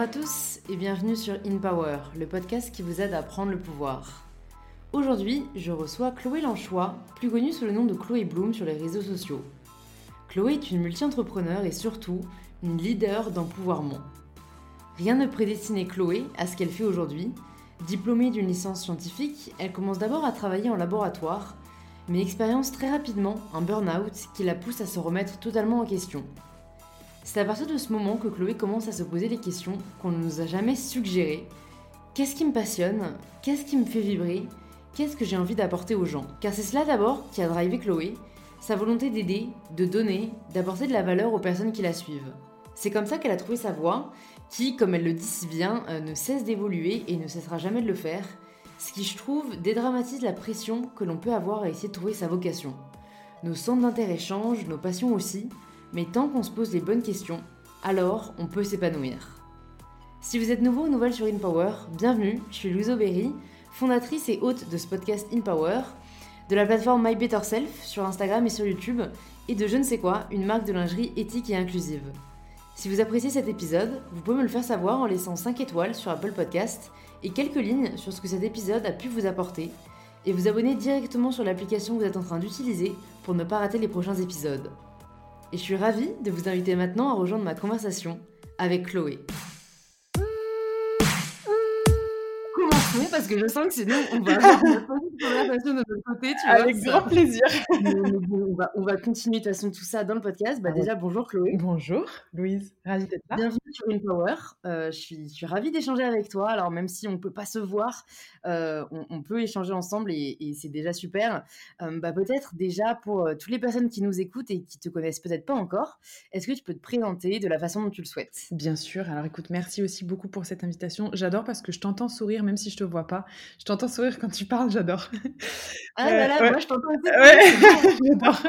à tous et bienvenue sur In Power, le podcast qui vous aide à prendre le pouvoir. Aujourd'hui, je reçois Chloé Lanchois, plus connue sous le nom de Chloé Bloom sur les réseaux sociaux. Chloé est une multi-entrepreneur et surtout une leader d'empouvoirment. Rien ne prédestinait Chloé à ce qu'elle fait aujourd'hui. Diplômée d'une licence scientifique, elle commence d'abord à travailler en laboratoire, mais expérience très rapidement un burn-out qui la pousse à se remettre totalement en question. C'est à partir de ce moment que Chloé commence à se poser des questions qu'on ne nous a jamais suggérées. Qu'est-ce qui me passionne ? Qu'est-ce qui me fait vibrer ? Qu'est-ce que j'ai envie d'apporter aux gens ? Car c'est cela d'abord qui a drivé Chloé, sa volonté d'aider, de donner, d'apporter de la valeur aux personnes qui la suivent. C'est comme ça qu'elle a trouvé sa voie, qui, comme elle le dit si bien, ne cesse d'évoluer et ne cessera jamais de le faire, ce qui, je trouve, dédramatise la pression que l'on peut avoir à essayer de trouver sa vocation. Nos centres d'intérêt changent, nos passions aussi, mais tant qu'on se pose les bonnes questions, alors on peut s'épanouir. Si vous êtes nouveau ou nouvelle sur InPower, bienvenue, je suis Louise Aubéry, fondatrice et hôte de ce podcast InPower, de la plateforme My Better Self sur Instagram et sur YouTube, et de Je ne sais quoi, une marque de lingerie éthique et inclusive. Si vous appréciez cet épisode, vous pouvez me le faire savoir en laissant 5 étoiles sur Apple Podcast et quelques lignes sur ce que cet épisode a pu vous apporter, et vous abonner directement sur l'application que vous êtes en train d'utiliser pour ne pas rater les prochains épisodes. Et je suis ravie de vous inviter maintenant à rejoindre ma conversation avec Chloé. Commençons parce que je sens que sinon on va avoir une conversation de notre côté, tu vois. Avec grand plaisir. Mais bon, on va continuer de toute façon tout ça dans le podcast. Déjà, bonjour Chloé. Bonjour Louise, ravie d'être là. Bienvenue sur InPower. Je suis ravie d'échanger avec toi. Alors même si on ne peut pas se voir, on peut échanger ensemble et c'est déjà super. Peut-être déjà pour toutes les personnes qui nous écoutent et qui te connaissent peut-être pas encore, est-ce que tu peux te présenter de la façon dont tu le souhaites ? Bien sûr, alors écoute, merci aussi beaucoup pour cette invitation. J'adore parce que je t'entends sourire même si je te vois pas. Je t'entends sourire quand tu parles, j'adore. Ah là là, ouais. Moi je t'entends aussi. Ouais, j'adore.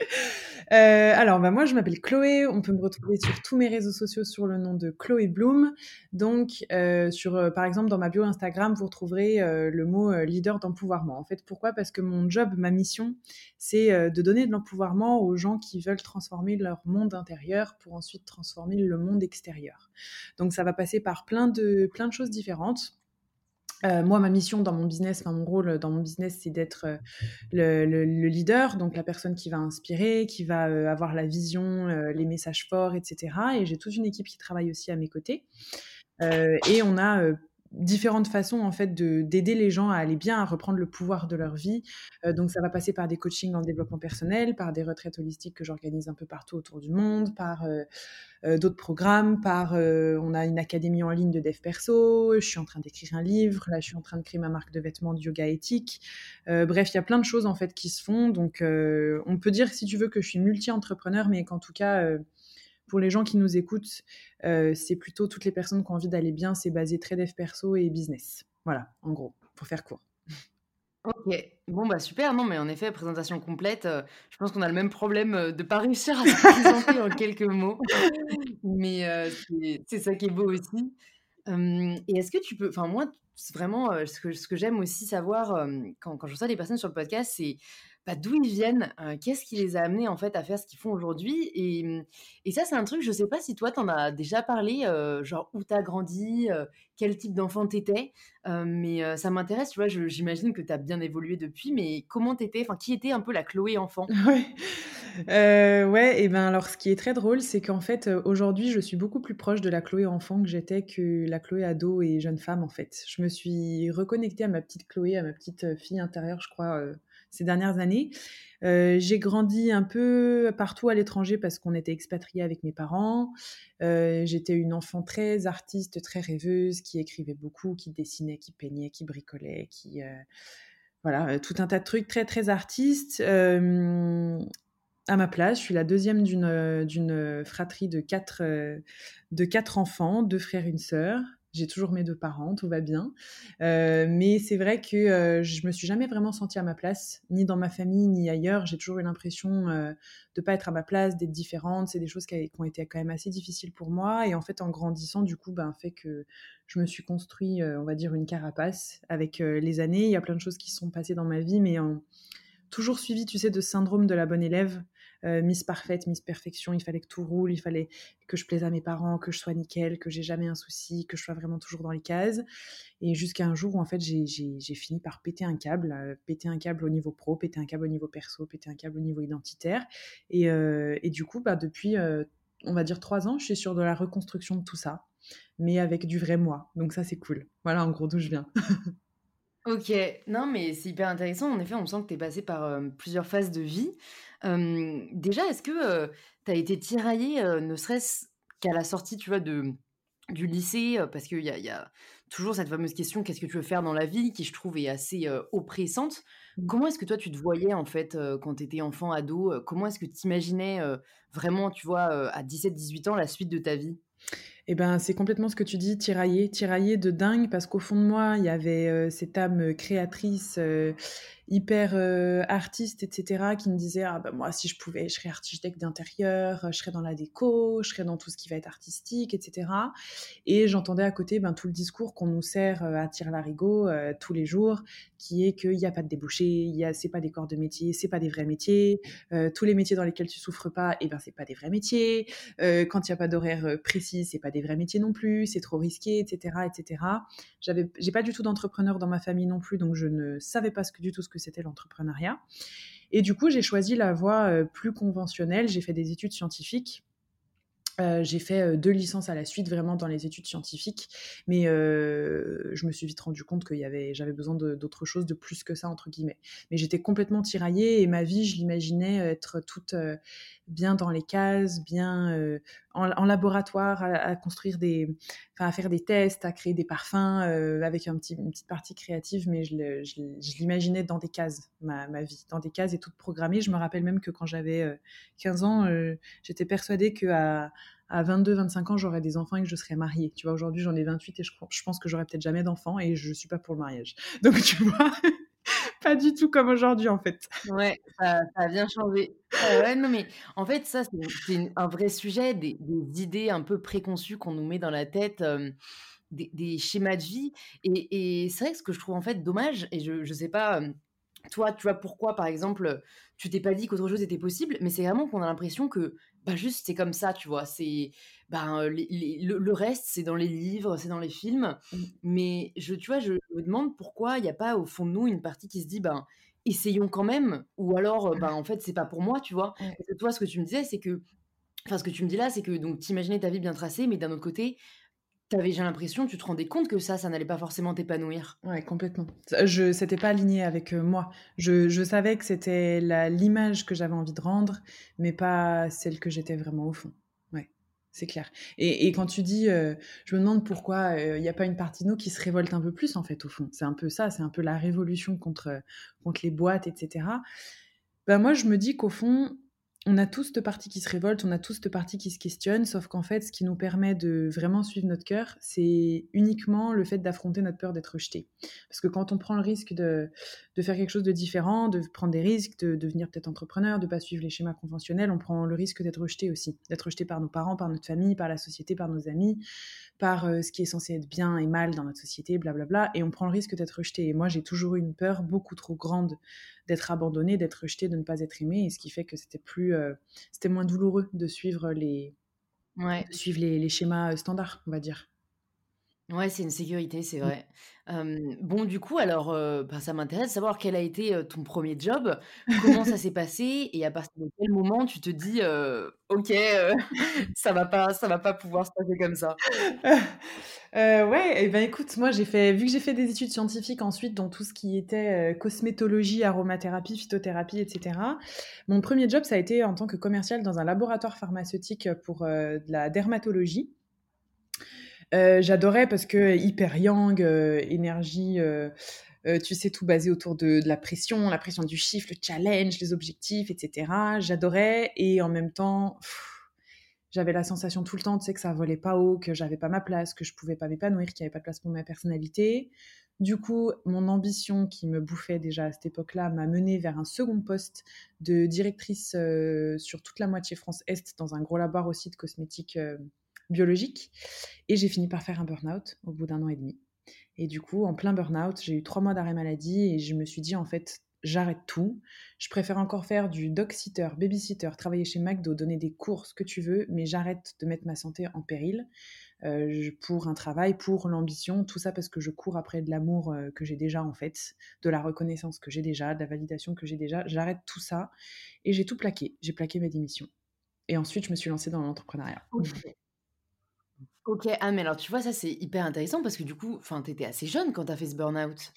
Alors, moi, je m'appelle Chloé. On peut me retrouver sur tous mes réseaux sociaux sur le nom de Chloé Bloom. Donc, par exemple, dans ma bio Instagram, vous retrouverez le mot leader d'empouvoirment. En fait, pourquoi ? Parce que mon job, ma mission, c'est de donner de l'empouvoirment aux gens qui veulent transformer leur monde intérieur pour ensuite transformer le monde extérieur. Donc, ça va passer par plein de choses différentes. Moi, ma mission dans mon business, mon rôle dans mon business, c'est d'être le leader, donc la personne qui va inspirer, qui va avoir la vision, les messages forts, etc. Et j'ai toute une équipe qui travaille aussi à mes côtés. Et on a différentes façons en fait d'aider les gens à aller bien, à reprendre le pouvoir de leur vie. Donc ça va passer par des coachings en développement personnel, par des retraites holistiques que j'organise un peu partout autour du monde, par d'autres programmes, on a une académie en ligne de dev perso, je suis en train d'écrire un livre, là je suis en train de créer ma marque de vêtements de yoga éthique. Bref, il y a plein de choses en fait qui se font. Donc on peut dire, si tu veux, que je suis multi-entrepreneur, mais qu'en tout cas pour les gens qui nous écoutent, c'est plutôt toutes les personnes qui ont envie d'aller bien, c'est basé très dev perso et business. Voilà, en gros, pour faire court. Ok, bon super, non mais en effet, présentation complète, je pense qu'on a le même problème de pas réussir à se présenter en quelques mots, mais c'est ça qui est beau aussi. Et est-ce que tu peux, enfin moi, c'est vraiment ce que j'aime aussi savoir quand je reçois des personnes sur le podcast, c'est d'où ils viennent, qu'est-ce qui les a amenés en fait à faire ce qu'ils font aujourd'hui et ça c'est un truc, je sais pas si toi t'en as déjà parlé, genre où t'as grandi, quel type d'enfant t'étais, mais ça m'intéresse, tu vois, j'imagine que t'as bien évolué depuis, mais comment t'étais, enfin qui était un peu la Chloé enfant ? Ouais. Ouais, et ben alors ce qui est très drôle, c'est qu'en fait, aujourd'hui, je suis beaucoup plus proche de la Chloé enfant que j'étais que la Chloé ado et jeune femme, en fait. Je me suis reconnectée à ma petite Chloé, à ma petite fille intérieure, je crois, ces dernières années. J'ai grandi un peu partout à l'étranger parce qu'on était expatriés avec mes parents. J'étais une enfant très artiste, très rêveuse, qui écrivait beaucoup, qui dessinait, qui peignait, qui bricolait, voilà, tout un tas de trucs très, très artistes. À ma place, je suis la deuxième d'une fratrie de 4 enfants, 2 frères, une sœur. J'ai toujours mes 2 parents, tout va bien. Mais c'est vrai que je me suis jamais vraiment sentie à ma place, ni dans ma famille, ni ailleurs. J'ai toujours eu l'impression de pas être à ma place, d'être différente. C'est des choses qui ont été quand même assez difficiles pour moi. Et en fait, en grandissant, du coup, fait que je me suis construit, on va dire, une carapace avec les années. Il y a plein de choses qui se sont passées dans ma vie, mais toujours suivi, tu sais, de ce syndrome de la bonne élève. Miss Parfaite, Miss Perfection, il fallait que tout roule, il fallait que je plaise à mes parents, que je sois nickel, que j'ai jamais un souci, que je sois vraiment toujours dans les cases. Et jusqu'à un jour où en fait j'ai fini par péter un câble au niveau pro, péter un câble au niveau perso, péter un câble au niveau identitaire. Et du coup, depuis, on va dire 3 ans, je suis sur de la reconstruction de tout ça, mais avec du vrai moi. Donc ça, c'est cool. Voilà en gros d'où je viens. OK. Non, mais c'est hyper intéressant. En effet, on sent que tu es passée par, plusieurs phases de vie. Déjà, est-ce que, tu as été tiraillée, ne serait-ce qu'à la sortie, tu vois, du lycée? Parce qu'il y a toujours cette fameuse question: «Qu'est-ce que tu veux faire dans la vie?» qui, je trouve, est assez, oppressante. Comment est-ce que toi, tu te voyais, en fait, quand tu étais enfant, ado? Comment est-ce que tu imaginais, vraiment, tu vois, à 17-18 ans, la suite de ta vie? Et ben, c'est complètement ce que tu dis, tiraillée de dingue parce qu'au fond de moi, il y avait, cette âme, créatrice, hyper, artiste et cetera qui me disait: «Ah bah, moi si je pouvais, je serais architecte d'intérieur, je serais dans la déco, je serais dans tout ce qui va être artistique» et cetera. Et j'entendais à côté, tout le discours qu'on nous sert, à tire-larigot, tous les jours, qui est qu'il y a pas de débouchés, c'est pas des corps de métier, c'est pas des vrais métiers, tous les métiers dans lesquels tu souffres pas, et ben, c'est pas des vrais métiers, quand il y a pas d'horaire, précis, c'est pas des vrais métiers non plus, c'est trop risqué et cetera et cetera. J'ai pas du tout d'entrepreneur dans ma famille non plus, donc je ne savais pas du tout ce que c'était l'entrepreneuriat. Et du coup, j'ai choisi la voie, plus conventionnelle. J'ai fait des études scientifiques. J'ai fait 2 licences à la suite, vraiment dans les études scientifiques, mais je me suis vite rendu compte j'avais besoin d'autre chose, de plus que ça, entre guillemets. Mais j'étais complètement tiraillée et ma vie, je l'imaginais être toute bien dans les cases, bien en laboratoire, à construire à faire des tests, à créer des parfums avec une petite partie créative, mais je l'imaginais dans des cases, ma vie, dans des cases et toute programmée. Je me rappelle même que quand j'avais 15 ans, j'étais persuadée qu'à 22-25 ans, j'aurais des enfants et que je serais mariée. Tu vois, aujourd'hui, j'en ai 28 et je pense que j'aurais peut-être jamais d'enfants et je suis pas pour le mariage. Donc, tu vois, pas du tout comme aujourd'hui, en fait. Ouais, ça a bien changé. Ouais, non, mais en fait, ça, c'est un vrai sujet, des idées un peu préconçues qu'on nous met dans la tête, des schémas de vie et c'est vrai que ce que je trouve, en fait, dommage et je sais pas, toi, tu vois, pourquoi, par exemple, tu t'es pas dit qu'autre chose était possible, mais c'est vraiment qu'on a l'impression que, bah, juste, c'est comme ça, tu vois? C'est, ben, le reste, c'est dans les livres, c'est dans les films, Mmh. mais tu vois, je me demande pourquoi il y a pas, au fond de nous, une partie qui se dit: «Ben, essayons quand même» ou alors, ben, en fait, c'est pas pour moi, tu vois? Ouais. Parce que toi, ce que tu me disais, c'est que enfin, ce que tu me dis là, c'est que donc tu imaginais ta vie bien tracée, mais d'un autre côté, j'ai l'impression, tu te rendais compte que ça n'allait pas forcément t'épanouir? Ouais, complètement. C'était pas aligné avec moi. Je savais que c'était l'image que j'avais envie de rendre, mais pas celle que j'étais vraiment au fond. Ouais, c'est clair. Et quand tu dis, je me demande pourquoi il n'y a pas une partie de nous qui se révolte un peu plus, en fait, au fond. C'est un peu ça, c'est un peu la révolution contre les boîtes, etc. Bah, moi, je me dis qu'au fond, on a tous cette partie qui se révolte, on a tous cette partie qui se questionne, sauf qu'en fait, ce qui nous permet de vraiment suivre notre cœur, c'est uniquement le fait d'affronter notre peur d'être rejeté. Parce que quand on prend le risque de faire quelque chose de différent, de prendre des risques, de devenir peut-être entrepreneur, de pas suivre les schémas conventionnels, on prend le risque d'être rejeté aussi. D'être rejeté par nos parents, par notre famille, par la société, par nos amis, par ce qui est censé être bien et mal dans notre société, blablabla, et on prend le risque d'être rejeté. Et moi, j'ai toujours eu une peur beaucoup trop grande d'être abandonnée, d'être rejetée, de ne pas être aimée, et ce qui fait que c'était moins douloureux Ouais. de suivre les schémas standards, on va dire. Ouais, c'est une sécurité, c'est Mm. vrai. Bon, du coup, alors, bah, ça m'intéresse de savoir quel a été, ton premier job. Comment ça s'est passé? Et à partir de quel moment tu te dis, «OK, ça va pas pouvoir se passer comme ça»? Ouais, et ben écoute, moi vu que j'ai fait des études scientifiques ensuite dans tout ce qui était cosmétologie, aromathérapie, phytothérapie, etc. Mon premier job, ça a été en tant que commercial dans un laboratoire pharmaceutique pour de la dermatologie. J'adorais parce que hyper yang, énergie, tu sais, tout basé autour de la pression du chiffre, le challenge, les objectifs, et cetera. J'adorais, et en même temps, j'avais la sensation tout le temps, tu sais, que ça volait pas haut, que j'avais pas ma place, que je pouvais pas m'épanouir, qu'il y avait pas de place pour ma personnalité. Du coup, mon ambition qui me bouffait déjà à cette époque-là m'a menée vers un second poste de directrice sur toute la moitié France-Est dans un gros laboratoire aussi de cosmétiques biologiques. Et j'ai fini par faire un burn-out au bout d'1 an et demi. Et du coup, en plein burn-out, j'ai eu 3 mois d'arrêt maladie et je me suis dit, en fait, j'arrête tout. Je préfère encore faire du dog-sitter, baby-sitter, travailler chez McDo, donner des cours, ce que tu veux, mais j'arrête de mettre ma santé en péril pour un travail, pour l'ambition, tout ça parce que je cours après de l'amour que j'ai déjà en fait, de la reconnaissance que j'ai déjà, de la validation que j'ai déjà. J'arrête tout ça et j'ai tout plaqué. J'ai plaqué mes démissions. Et ensuite, je me suis lancée dans l'entrepreneuriat. OK. OK. Ah mais alors tu vois, ça c'est hyper intéressant parce que du coup, enfin, tu étais assez jeune quand tu as fait ce burn-out?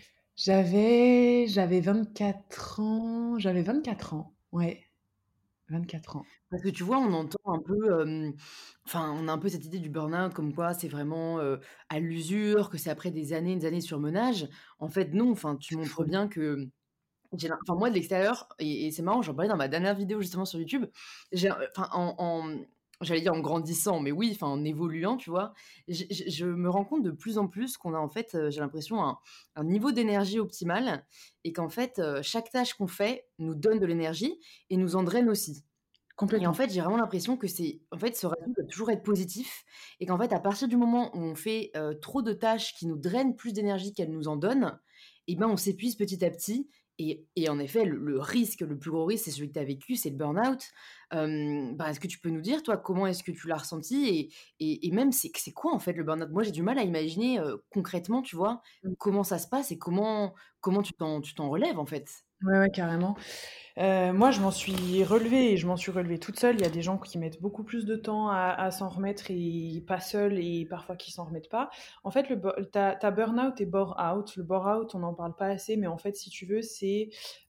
J'avais 24 ans. J'avais 24 ans. Ouais, 24 ans. Parce que tu vois, on entend un peu, enfin, on a un peu cette idée du burn-out comme quoi c'est vraiment, à l'usure, que c'est après des années de surmenage. En fait, non, enfin, tu C'est montres faux. bien que enfin, moi, de l'extérieur et c'est marrant, j'en parlais dans ma dernière vidéo justement sur YouTube. J'ai enfin, j'allais dire en grandissant, mais oui, enfin, en évoluant, tu vois? Je me rends compte de plus en plus qu'on a en fait, j'ai l'impression un niveau d'énergie optimal et qu'en fait, chaque tâche qu'on fait nous donne de l'énergie et nous en draine aussi. Et en Complètement. fait, j'ai vraiment l'impression que c'est en fait, ce ratio doit toujours être positif et qu'en fait, à partir du moment où on fait, trop de tâches qui nous drainent plus d'énergie qu'elles nous en donnent, et ben, on s'épuise petit à petit et en effet, le risque, le plus gros risque, c'est celui que tu as vécu, c'est le burn-out. Bah, est-ce que tu peux nous dire, toi, comment est-ce que tu l'as ressenti et même c'est quoi, en fait, le burn-out? Moi, j'ai du mal à imaginer, concrètement, tu vois, comment ça se passe et comment tu t'en relèves, en fait? Ouais, ouais, carrément. Moi, je m'en suis relevée et je m'en suis relevée toute seule. Il y a des gens qui mettent beaucoup plus de temps à s'en remettre et pas seuls et parfois qui s'en remettent pas. En fait, t'as burn-out et bore-out. Le bore-out, on n'en parle pas assez, mais en fait, si tu veux, c'est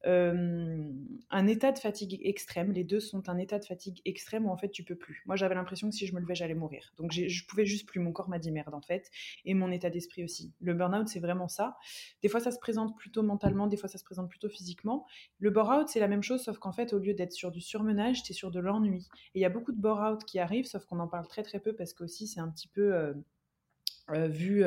un état de fatigue extrême. Les deux sont un état de fatigue extrême où en fait, tu peux plus. Moi, j'avais l'impression que si je me levais, j'allais mourir. Donc, je pouvais juste plus. Mon corps m'a dit merde, en fait. Et mon état d'esprit aussi. Le burn-out, c'est vraiment ça. Des fois, ça se présente plutôt mentalement, des fois, ça se présente plutôt physiquement. Le bore-out, c'est la même chose, sauf qu'en fait, au lieu d'être sur du surmenage, t'es sur de l'ennui. Et il y a beaucoup de bore-out qui arrivent, sauf qu'on en parle très très peu parce qu'aussi c'est un petit peu vu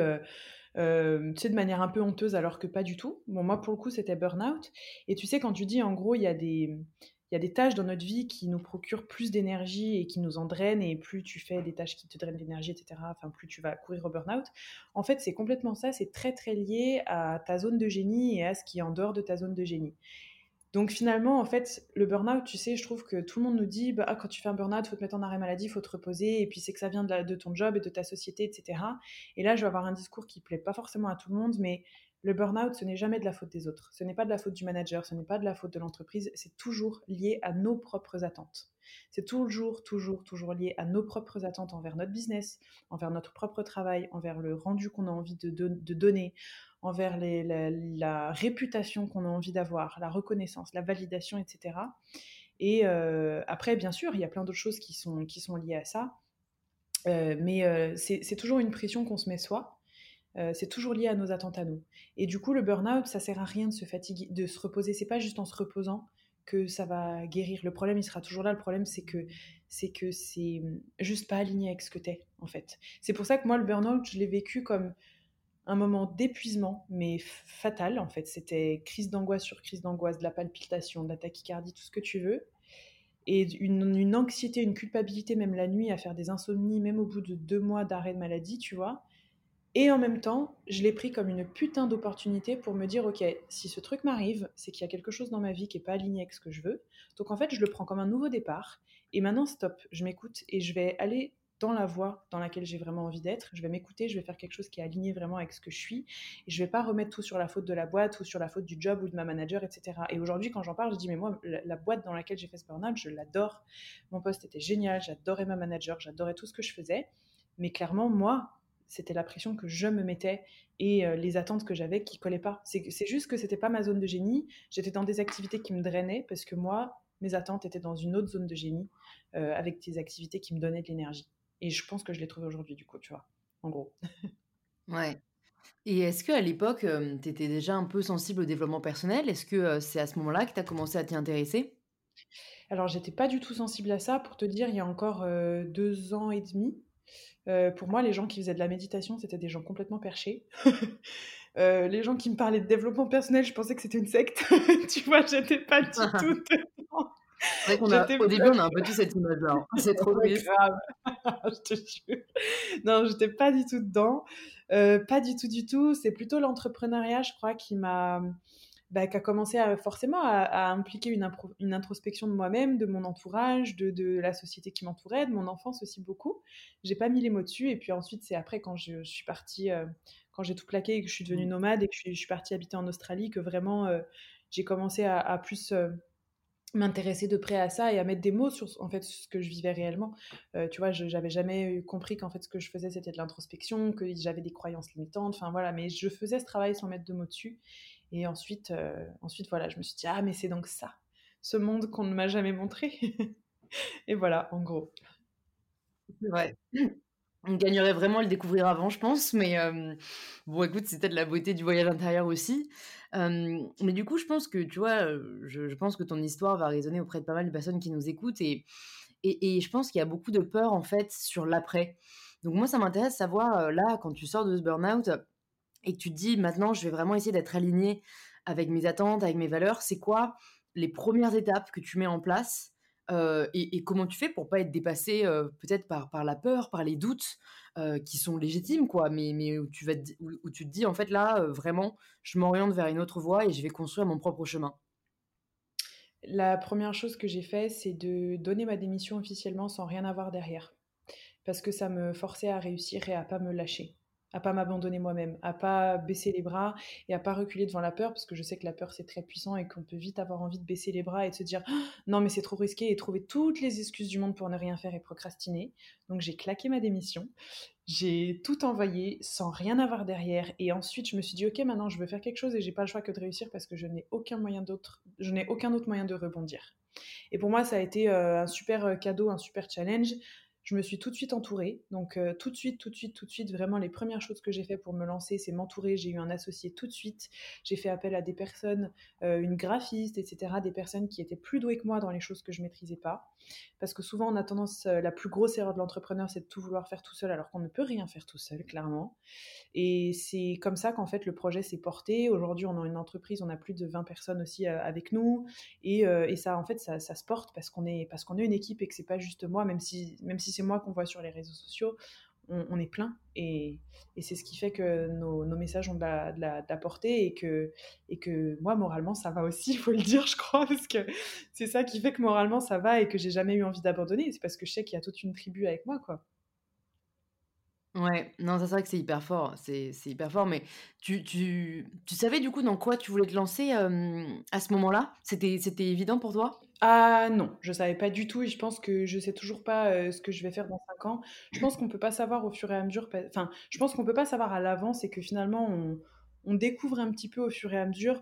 tu sais, de manière un peu honteuse, alors que pas du tout. Bon, moi, pour le coup, c'était burn-out. Et tu sais, quand tu dis, en gros, il y a des tâches dans notre vie qui nous procurent plus d'énergie et qui nous en drainent, et plus tu fais des tâches qui te drainent d'énergie, etc., enfin, plus tu vas courir au burn-out. En fait, c'est complètement ça, c'est très très lié à ta zone de génie et à ce qui est en dehors de ta zone de génie. Donc finalement, en fait, le burn-out, tu sais, je trouve que tout le monde nous dit, bah, ah, quand tu fais un burn-out, faut te mettre en arrêt maladie, faut te reposer, et puis c'est que ça vient de ton job et de ta société, etc. Et là, je vais avoir un discours qui plaît pas forcément à tout le monde, mais le burn-out, ce n'est jamais de la faute des autres. Ce n'est pas de la faute du manager, ce n'est pas de la faute de l'entreprise, c'est toujours lié à nos propres attentes. C'est toujours, toujours, toujours lié à nos propres attentes envers notre business, envers notre propre travail, envers le rendu qu'on a envie de donner, envers la réputation qu'on a envie d'avoir, la reconnaissance, la validation, etc. Et après, bien sûr, il y a plein d'autres choses qui sont liées à ça, mais c'est toujours une pression qu'on se met soi. C'est toujours lié à nos attentes à nous. Et du coup, le burn-out, ça sert à rien de se fatiguer, de se reposer. C'est pas juste en se reposant que ça va guérir. Le problème, il sera toujours là. Le problème, c'est juste pas aligné avec ce que t'es, en fait. C'est pour ça que moi, le burn-out, je l'ai vécu comme un moment d'épuisement, mais fatal en fait. C'était crise d'angoisse sur crise d'angoisse, de la palpitation, de la tachycardie, tout ce que tu veux. Et une anxiété, une culpabilité, même la nuit, à faire des insomnies, même au bout de 2 mois d'arrêt de maladie, tu vois. Et en même temps, je l'ai pris comme une putain d'opportunité pour me dire, ok, si ce truc m'arrive, c'est qu'il y a quelque chose dans ma vie qui est pas aligné avec ce que je veux. Donc en fait, je le prends comme un nouveau départ. Et maintenant, stop, je m'écoute et je vais aller dans la voie dans laquelle j'ai vraiment envie d'être. Je vais m'écouter, je vais faire quelque chose qui est aligné vraiment avec ce que je suis. Et je vais pas remettre tout sur la faute de la boîte ou sur la faute du job ou de ma manager, etc. Et aujourd'hui, quand j'en parle, je dis, mais moi, la boîte dans laquelle j'ai fait ce burn-out, je l'adore. Mon poste était génial, j'adorais ma manager, j'adorais tout ce que je faisais. Mais clairement, moi, c'était la pression que je me mettais et les attentes que j'avais qui collaient pas. C'est juste que c'était pas ma zone de génie. J'étais dans des activités qui me drainaient parce que moi, mes attentes étaient dans une autre zone de génie avec des activités qui me donnaient de l'énergie. Et je pense que je l'ai trouvé aujourd'hui, du coup, tu vois, en gros. Ouais. Et est-ce qu'à l'époque, tu étais déjà un peu sensible au développement personnel? Est-ce que, c'est à ce moment-là que tu as commencé à t'y intéresser? Alors, j'étais pas du tout sensible à ça. Pour te dire, il y a encore 2 ans et demi, pour moi, les gens qui faisaient de la méditation, c'était des gens complètement perchés. Les gens qui me parlaient de développement personnel, je pensais que c'était une secte. Tu vois, j'étais pas du tout dedans. C'est vrai qu'on a J'étais au début, on a un peu tous cette image-là, hein. C'est trop ouais, triste. grave, je te jure. Non, j'étais pas du tout dedans. Pas du tout, du tout. C'est plutôt l'entrepreneuriat, je crois, qui m'a bah, qui a commencé forcément à impliquer une introspection de moi-même, de mon entourage, de la société qui m'entourait, de mon enfance aussi beaucoup. J'ai pas mis les mots dessus. Et puis ensuite, c'est après quand je suis partie, quand j'ai tout plaqué et que je suis devenue Mmh. nomade et que je suis partie habiter en Australie, que vraiment j'ai commencé à plus m'intéresser de près à ça et à mettre des mots sur en fait ce que je vivais réellement. Tu vois, j'avais jamais compris qu'en fait ce que je faisais c'était de l'introspection, que j'avais des croyances limitantes, enfin voilà, mais je faisais ce travail sans mettre de mots dessus. Et ensuite voilà, je me suis dit ah mais c'est donc ça, ce monde qu'on ne m'a jamais montré. Et voilà, en gros. C'est vrai. On gagnerait vraiment à le découvrir avant, je pense, mais bon, écoute, c'est peut-être la beauté du voyage intérieur aussi. Mais du coup, je pense que, tu vois, je pense que ton histoire va résonner auprès de pas mal de personnes qui nous écoutent et je pense qu'il y a beaucoup de peur, en fait, sur l'après. Donc moi, ça m'intéresse de savoir, là, quand tu sors de ce burn-out et que tu te dis: «Maintenant, je vais vraiment essayer d'être aligné avec mes attentes, avec mes valeurs», c'est quoi les premières étapes que tu mets en place? Et comment tu fais pour pas être dépassé, peut-être par la peur, par les doutes, qui sont légitimes quoi, mais où tu te dis: «En fait là, vraiment, je m'oriente vers une autre voie et je vais construire mon propre chemin». La première chose que j'ai fait, c'est de donner ma démission officiellement sans rien avoir derrière. Parce que ça me forçait à réussir et à pas me lâcher, à pas m'abandonner moi-même, à pas baisser les bras et à pas reculer devant la peur, parce que je sais que la peur c'est très puissant et qu'on peut vite avoir envie de baisser les bras et de se dire «Ah, non mais c'est trop risqué» et trouver toutes les excuses du monde pour ne rien faire et procrastiner. Donc j'ai claqué ma démission, j'ai tout envoyé sans rien avoir derrière et ensuite je me suis dit ok maintenant je veux faire quelque chose et j'ai pas le choix que de réussir parce que je n'ai aucun autre moyen de rebondir. Et pour moi, ça a été un super cadeau, un super challenge. Je me suis tout de suite entourée. Donc, tout de suite, vraiment, les premières choses que j'ai fait pour me lancer, c'est m'entourer. J'ai eu un associé tout de suite. J'ai fait appel à des personnes, une graphiste, etc., des personnes qui étaient plus douées que moi dans les choses que je maîtrisais pas. Parce que souvent, on a tendance, la plus grosse erreur de l'entrepreneur, c'est de tout vouloir faire tout seul, alors qu'on ne peut rien faire tout seul, clairement. Et c'est comme ça qu'en fait le projet s'est porté. Aujourd'hui, on a une entreprise, on a plus de 20 personnes aussi avec nous. Et ça, en fait, ça se porte parce qu'on est une équipe et que c'est pas juste moi, même si c'est moi qu'on voit sur les réseaux sociaux, on est plein. Et c'est ce qui fait que nos messages ont de la portée et que moi, moralement, ça va aussi, il faut le dire, je crois, parce que c'est ça qui fait que moralement, ça va et que j'ai jamais eu envie d'abandonner. C'est parce que je sais qu'il y a toute une tribu avec moi, quoi. Ouais, non, ça c'est vrai que c'est hyper fort, c'est hyper fort, mais tu savais du coup dans quoi tu voulais te lancer, à ce moment-là? C'était évident pour toi? Ah non, je savais pas du tout et je pense que je sais toujours pas, ce que je vais faire dans 5 ans. Je pense qu'on peut pas savoir au fur et à mesure enfin, je pense qu'on peut pas savoir à l'avance et que finalement on découvre un petit peu au fur et à mesure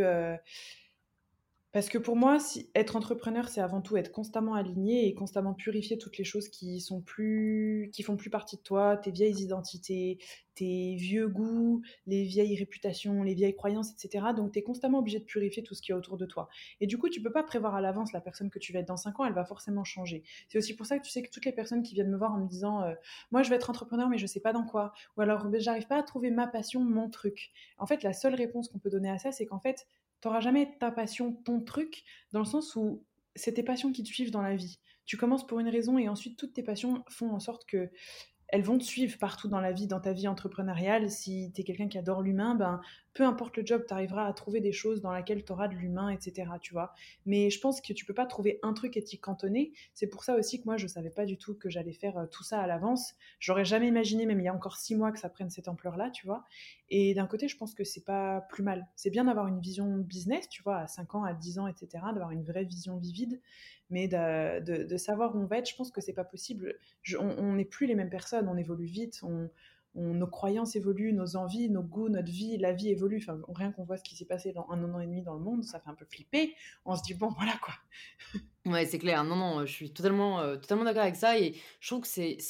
parce que pour moi, être entrepreneur, c'est avant tout être constamment aligné et constamment purifier toutes les choses qui font plus partie de toi, tes vieilles identités, tes vieux goûts, les vieilles réputations, les vieilles croyances, etc. Donc, tu es constamment obligé de purifier tout ce qui est autour de toi. Et du coup, tu peux pas prévoir à l'avance la personne que tu vas être dans 5 ans, elle va forcément changer. C'est aussi pour ça que tu sais que toutes les personnes qui viennent me voir en me disant moi, je vais être entrepreneur, mais je sais pas dans quoi. Ou alors, j'arrive pas à trouver ma passion, mon truc. En fait, la seule réponse qu'on peut donner à ça, c'est qu'en fait, t'auras jamais ta passion, ton truc, dans le sens où c'est tes passions qui te suivent dans la vie. Tu commences pour une raison et ensuite toutes tes passions font en sorte que elles vont te suivre partout dans la vie, dans ta vie entrepreneuriale. Si tu es quelqu'un qui adore l'humain, ben, peu importe le job, tu arriveras à trouver des choses dans lesquelles tu auras de l'humain, etc. Tu vois. Mais je pense que tu peux pas trouver un truc et t'y cantonner. C'est pour ça aussi que moi, je savais pas du tout que j'allais faire tout ça à l'avance. J'aurais jamais imaginé, même il y a encore 6 mois, que ça prenne cette ampleur-là, tu vois. Et d'un côté, je pense que c'est pas plus mal. C'est bien d'avoir une vision business, tu vois, à 5 ans, à 10 ans, etc., d'avoir une vraie vision vivide, mais de savoir où on va être, je pense que c'est pas possible. On n'est plus les mêmes personnes, on évolue vite, nos croyances évoluent, nos envies, nos goûts, notre vie, la vie évolue. Enfin, rien qu'on voit ce qui s'est passé dans un an et demi dans le monde, ça fait un peu flipper. On se dit, bon, voilà quoi. Ouais, c'est clair. Non, non, je suis totalement d'accord avec ça et je trouve que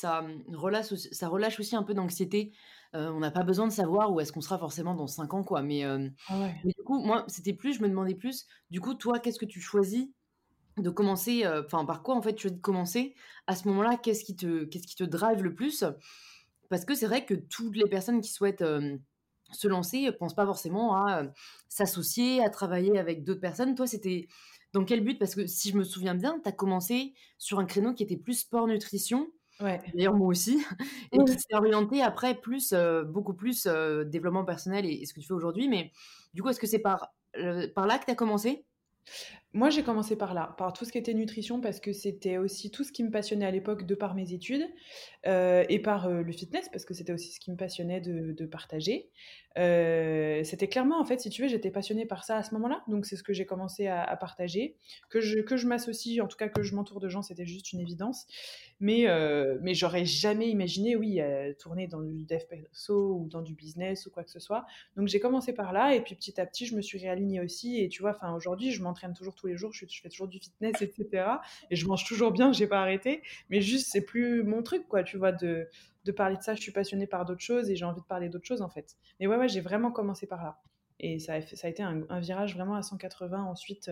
ça relâche aussi un peu d'anxiété. On n'a pas besoin de savoir où est-ce qu'on sera forcément dans 5 ans, quoi. Ah ouais. Mais du coup, moi, je me demandais plus, du coup, toi, qu'est-ce que tu choisis de commencer, enfin, par quoi, en fait, tu choisis de commencer? À ce moment-là, qu'est-ce qui te drive le plus? Parce que c'est vrai que toutes les personnes qui souhaitent, se lancer, pensent pas forcément à, s'associer, à travailler avec d'autres personnes. Toi, c'était dans quel but? Parce que si je me souviens bien, tu as commencé sur un créneau qui était plus sport nutrition, Ouais. d'ailleurs moi aussi, et qui Ouais. s'est orienté après plus, beaucoup plus, développement personnel et ce que tu fais aujourd'hui. Mais du coup, est-ce que c'est par par là que tu as commencé? Moi, j'ai commencé par là, par tout ce qui était nutrition, parce que c'était aussi tout ce qui me passionnait à l'époque de par mes études, et par, le fitness, parce que c'était aussi ce qui me passionnait de partager. C'était clairement, en fait, si tu veux, j'étais passionnée par ça à ce moment-là, donc c'est ce que j'ai commencé à partager. Que je m'associe, en tout cas que je m'entoure de gens, c'était juste une évidence. Mais j'aurais jamais imaginé, oui, tourner dans du dev perso ou dans du business ou quoi que ce soit. Donc j'ai commencé par là et puis petit à petit, je me suis réalignée aussi et tu vois, enfin aujourd'hui, je m'entraîne toujours tous les jours, je fais toujours du fitness, etc. Et je mange toujours bien, j'ai pas arrêté. Mais juste, c'est plus mon truc, quoi, tu vois, de parler de ça. Je suis passionnée par d'autres choses et j'ai envie de parler d'autres choses, en fait. Mais ouais, j'ai vraiment commencé par là. Et ça a été un virage vraiment à 180 ensuite,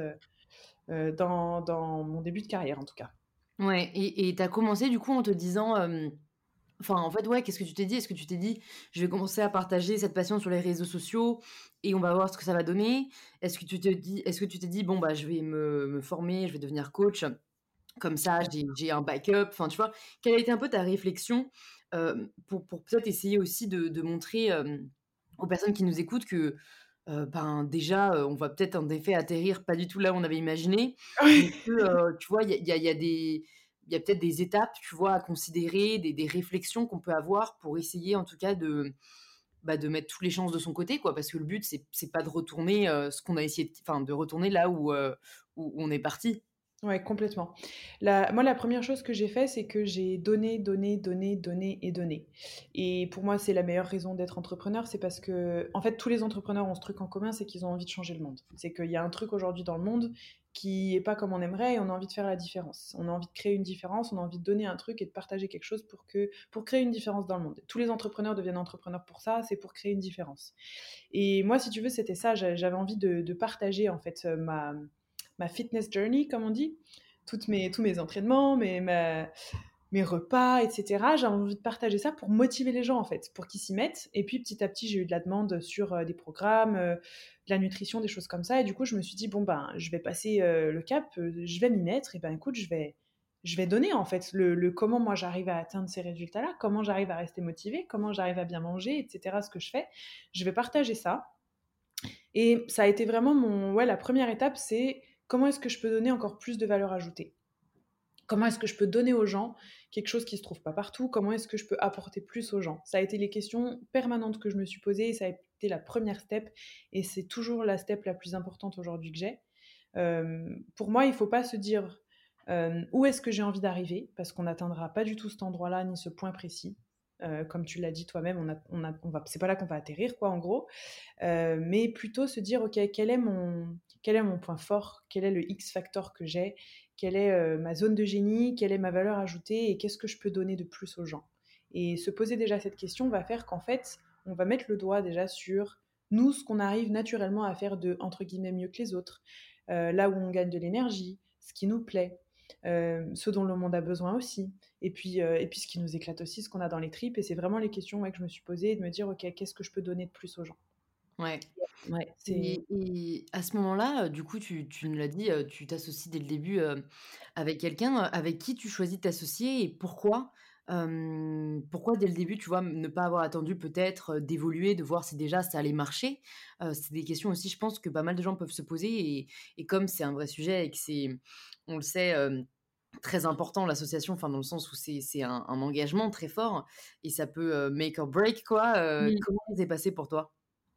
dans mon début de carrière, en tout cas. Ouais, et tu as commencé du coup en te disant, enfin, en fait, ouais, qu'est-ce que tu t'es dit? Est-ce que tu t'es dit: «Je vais commencer à partager cette passion sur les réseaux sociaux et on va voir ce que ça va donner»? Est-ce que tu t'es dit: «Bon, bah, je vais me former, je vais devenir coach, comme ça j'ai un backup»? Enfin, tu vois? Quelle a été un peu ta réflexion, pour peut-être essayer aussi de montrer, aux personnes qui nous écoutent que, ben, déjà, on va peut-être en effet atterrir pas du tout là où on avait imaginé, mais que, tu vois, il y a peut-être des étapes, tu vois, à considérer, des réflexions qu'on peut avoir pour essayer en tout cas de mettre toutes les chances de son côté, quoi. Parce que le but c'est pas de retourner, ce qu'on a essayé enfin de retourner là où on est parti. Ouais, complètement. Moi, la première chose que j'ai fait, c'est que j'ai donné, donné, donné, donné et donné. Et pour moi, c'est la meilleure raison d'être entrepreneur, c'est parce que, en fait, tous les entrepreneurs ont ce truc en commun, c'est qu'ils ont envie de changer le monde. C'est qu'il y a un truc aujourd'hui dans le monde qui est pas comme on aimerait et on a envie de faire la différence. On a envie de créer une différence, on a envie de donner un truc et de partager quelque chose pour créer une différence dans le monde. Tous les entrepreneurs deviennent entrepreneurs pour ça, c'est pour créer une différence. Et moi, si tu veux, c'était ça. J'avais envie de partager, en fait, ma fitness journey, comme on dit, tous mes entraînements, mes repas, etc. J'ai envie de partager ça pour motiver les gens, en fait, pour qu'ils s'y mettent. Et puis, petit à petit, j'ai eu de la demande sur des programmes, de la nutrition, des choses comme ça. Et du coup, je me suis dit, bon, ben, je vais passer le cap, je vais m'y mettre. Et ben, écoute, je vais donner, en fait, le comment moi j'arrive à atteindre ces résultats-là, comment j'arrive à rester motivée, comment j'arrive à bien manger, etc. Ce que je fais. Je vais partager ça. Et ça a été vraiment la première étape, c'est comment est-ce que je peux donner encore plus de valeur ajoutée? Comment est-ce que je peux donner aux gens quelque chose qui ne se trouve pas partout? Comment est-ce que je peux apporter plus aux gens? Ça a été les questions permanentes que je me suis posées, ça a été la première step, et c'est toujours la step la plus importante aujourd'hui que j'ai. Pour moi, il ne faut pas se dire où est-ce que j'ai envie d'arriver, parce qu'on n'atteindra pas du tout cet endroit-là, ni ce point précis. Comme tu l'as dit toi-même, c'est pas là qu'on va atterrir, quoi, en gros. Mais plutôt se dire, ok, quel est mon point fort, quel est le X factor que j'ai, quelle est ma zone de génie, quelle est ma valeur ajoutée et qu'est-ce que je peux donner de plus aux gens. Et se poser déjà cette question va faire qu'en fait, on va mettre le doigt déjà sur nous, ce qu'on arrive naturellement à faire de, entre guillemets, mieux que les autres, là où on gagne de l'énergie, ce qui nous plaît, ce dont le monde a besoin aussi, et puis ce qui nous éclate aussi, ce qu'on a dans les tripes. Et c'est vraiment les questions, que je me suis posée, de me dire, ok, qu'est-ce que je peux donner de plus aux gens. Ouais. Ouais, c'est Et à ce moment-là, du coup, tu nous l'as dit, tu t'associes dès le début, avec quelqu'un, avec qui tu choisis de t'associer et pourquoi? Pourquoi dès le début, tu vois, ne pas avoir attendu peut-être, d'évoluer, de voir si déjà ça allait marcher? C'est des questions aussi, je pense, que pas mal de gens peuvent se poser et comme c'est un vrai sujet et que c'est, on le sait, très important l'association, enfin dans le sens où c'est un engagement très fort et ça peut, make or break quoi, Mmh. comment ça s'est passé pour toi?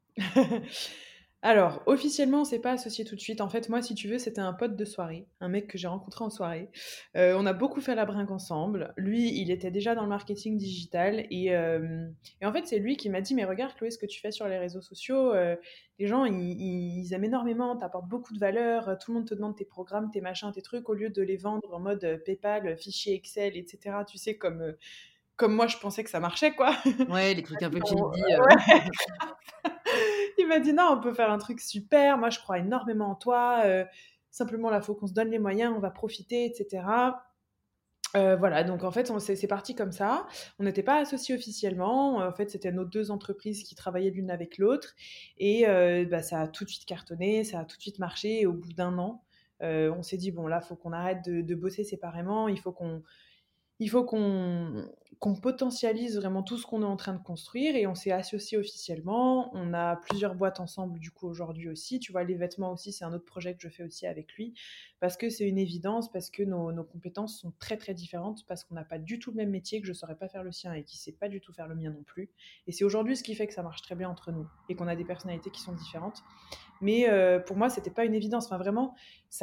Alors, officiellement, on s'est pas associés tout de suite. En fait, moi, si tu veux, c'était un pote de soirée, un mec que j'ai rencontré en soirée. On a beaucoup fait la brinque ensemble. Lui, il était déjà dans le marketing digital et en fait, c'est lui qui m'a dit: «Mais regarde Chloé, ce que tu fais sur les réseaux sociaux, les gens ils aiment énormément, tu apportes beaucoup de valeur, tout le monde te demande tes programmes, tes machins, tes trucs, au lieu de les vendre en mode, PayPal, fichier Excel et cetera». Tu sais, comme moi je pensais que ça marchait, quoi. Ouais, les trucs un peu On cheesy, Ouais. Il m'a dit: «Non, on peut faire un truc super, moi je crois énormément en toi, simplement là, faut qu'on se donne les moyens, on va profiter et cetera». Voilà, donc en fait, c'est parti comme ça. On n'était pas associés officiellement, en fait, c'était nos 2 entreprises qui travaillaient l'une avec l'autre et bah, ça a tout de suite cartonné, ça a tout de suite marché et au bout d'1 an, on s'est dit: «Bon là, faut qu'on arrête de bosser séparément, il faut qu'on potentialise vraiment tout ce qu'on est en train de construire et on s'est associé officiellement. On a plusieurs boîtes ensemble du coup aujourd'hui aussi. Tu vois, les vêtements aussi, c'est un autre projet que je fais aussi avec lui parce que c'est une évidence, parce que nos compétences sont très très différentes, parce qu'on n'a pas du tout le même métier, que je ne saurais pas faire le sien et qu'il ne sait pas du tout faire le mien non plus. Et c'est aujourd'hui ce qui fait que ça marche très bien entre nous et qu'on a des personnalités qui sont différentes. Mais pour moi, c'était pas une évidence. Enfin, vraiment,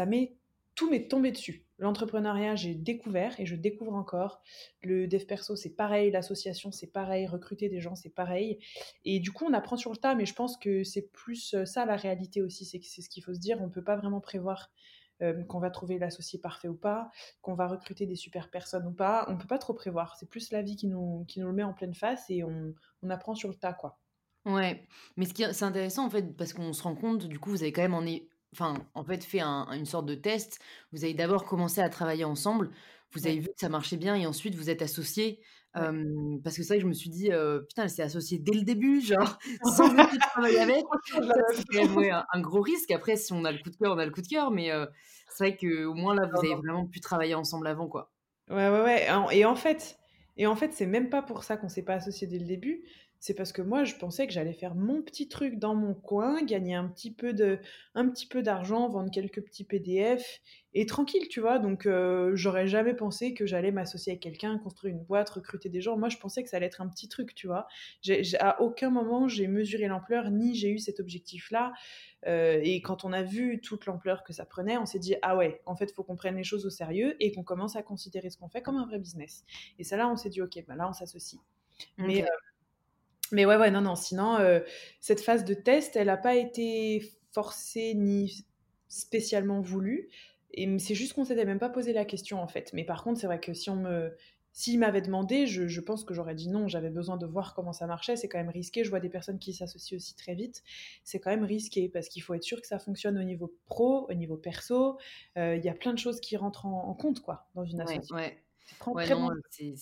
tout m'est tombé dessus. L'entrepreneuriat, j'ai découvert et je découvre encore. Le dev perso, c'est pareil. L'association, c'est pareil. Recruter des gens, c'est pareil. Et du coup, on apprend sur le tas, mais je pense que c'est plus ça la réalité aussi. C'est ce qu'il faut se dire. On peut pas vraiment prévoir qu'on va trouver l'associé parfait ou pas, qu'on va recruter des super personnes ou pas. On peut pas trop prévoir. C'est plus la vie qui nous le met en pleine face et on apprend sur le tas, quoi. Ouais, mais c'est intéressant en fait parce qu'on se rend compte, du coup, vous avez quand même enfin, en fait, fait une sorte de test. Vous avez d'abord commencé à travailler ensemble, vous avez Ouais, vu que ça marchait bien et ensuite vous êtes associés. ouais. Parce que c'est vrai que je me suis dit, putain, elle s'est associée dès le début, genre sans essayer de travailler avec. Franchement, je la Ça, c'est meuf. quand même ouais, un gros risque. Après, si on a le coup de cœur, on a le coup de cœur, mais c'est vrai qu'au moins là, vous avez vraiment pu travailler ensemble avant, quoi. Ouais, ouais, ouais. Et en fait, c'est même pas pour ça qu'on s'est pas associés dès le début. C'est parce que moi, je pensais que j'allais faire mon petit truc dans mon coin, gagner un petit peu d'argent, vendre quelques petits PDF et tranquille, tu vois. Donc, j'aurais jamais pensé que j'allais m'associer avec quelqu'un, construire une boîte, recruter des gens. Moi, je pensais que ça allait être un petit truc, tu vois. À aucun moment, j'ai mesuré l'ampleur, ni j'ai eu cet objectif-là. Et quand on a vu toute l'ampleur que ça prenait, on s'est dit ah ouais, en fait, il faut qu'on prenne les choses au sérieux et qu'on commence à considérer ce qu'on fait comme un vrai business. Et ça là, on s'est dit ok, bah là, on s'associe. Mais, OK. mais ouais, ouais, non, non. Sinon, cette phase de test, elle n'a pas été forcée ni spécialement voulue. Et c'est juste qu'on s'était même pas posé la question en fait. Mais par contre, c'est vrai que s'il m'avait demandé, je pense que j'aurais dit non. J'avais besoin de voir comment ça marchait. C'est quand même risqué. Je vois des personnes qui s'associent aussi très vite. C'est quand même risqué parce qu'il faut être sûr que ça fonctionne au niveau pro, au niveau perso. Il y a plein de choses qui rentrent en compte quoi dans une Ouais, association. ouais. C'est très, Ouais, très non, bon.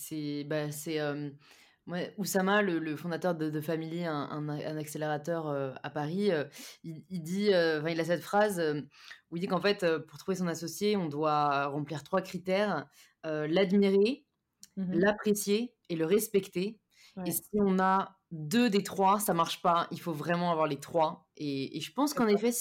ouais, Oussama, le fondateur de Family, un accélérateur, à Paris, il dit, enfin, il a cette phrase, où il dit qu'en fait, pour trouver son associé, on doit remplir 3 critères, l'admirer, Mhm. l'apprécier et le respecter et Ouais. si on a 2 des 3, ça marche pas. Il faut vraiment avoir les 3 et je pense qu'en effet,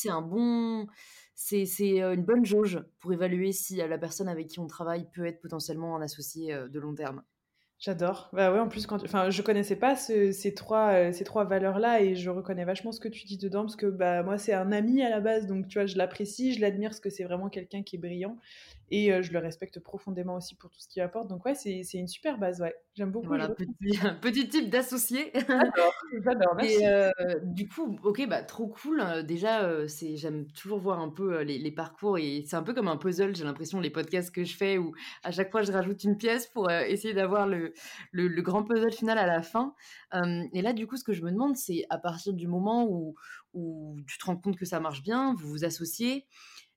une bonne jauge pour évaluer si, la personne avec qui on travaille peut être potentiellement un associé, de long terme. J'adore. Bah ouais, en plus, enfin, je connaissais pas ces trois valeurs-là et je reconnais vachement ce que tu dis dedans parce que bah, moi, c'est un ami à la base, donc tu vois, je l'apprécie, je l'admire parce que c'est vraiment quelqu'un qui est brillant et je le respecte profondément aussi pour tout ce qu'il apporte. Donc ouais, c'est une super base, ouais. J'aime beaucoup, je Voilà, reprends. petit type d'associé. J'adore, j'adore, Et merci. du coup, OK, bah, trop cool, déjà, j'aime toujours voir un peu, les parcours et c'est un peu comme un puzzle, j'ai l'impression, les podcasts que je fais où à chaque fois je rajoute une pièce pour, essayer d'avoir le grand puzzle final à la fin. Et là, du coup, ce que je me demande, c'est à partir du moment où tu te rends compte que ça marche bien, vous vous associez,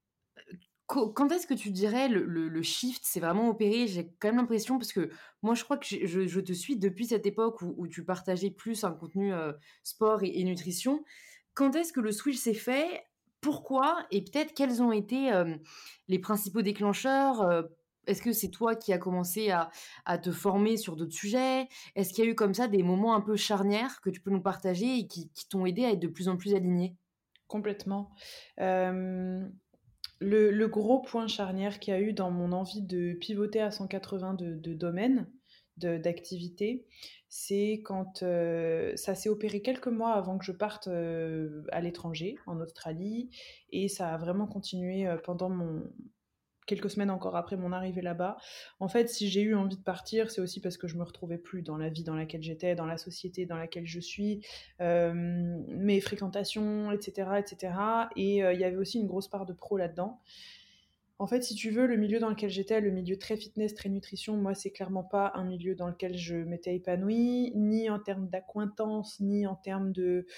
quand est-ce que tu dirais le shift s'est vraiment opéré? J'ai quand même l'impression parce que moi je crois que je te suis depuis cette époque où tu partageais plus un contenu, sport et nutrition. Quand est-ce que le switch s'est fait? Pourquoi? Et peut-être quels ont été, les principaux déclencheurs? Est-ce que c'est toi qui as commencé à te former sur d'autres sujets? Est-ce qu'il y a eu comme ça des moments un peu charnières que tu peux nous partager et qui t'ont aidé à être de plus en plus aligné? Complètement. Euh, le gros point charnière qu'il y a eu dans mon envie de pivoter à 180 de domaines, d'activités, c'est quand ça s'est opéré quelques mois avant que je parte à l'étranger, en Australie, et ça a vraiment continué pendant quelques semaines encore après mon arrivée là-bas. En fait, si j'ai eu envie de partir, c'est aussi parce que je me retrouvais plus dans la vie dans laquelle j'étais, dans la société dans laquelle je suis, mes fréquentations, etc., etc. Et il y avait aussi une grosse part de pro là-dedans. En fait, si tu veux, le milieu dans lequel j'étais, le milieu très fitness, très nutrition, moi, c'est clairement pas un milieu dans lequel je m'étais épanouie, ni en termes d'acquaintance, ni en termes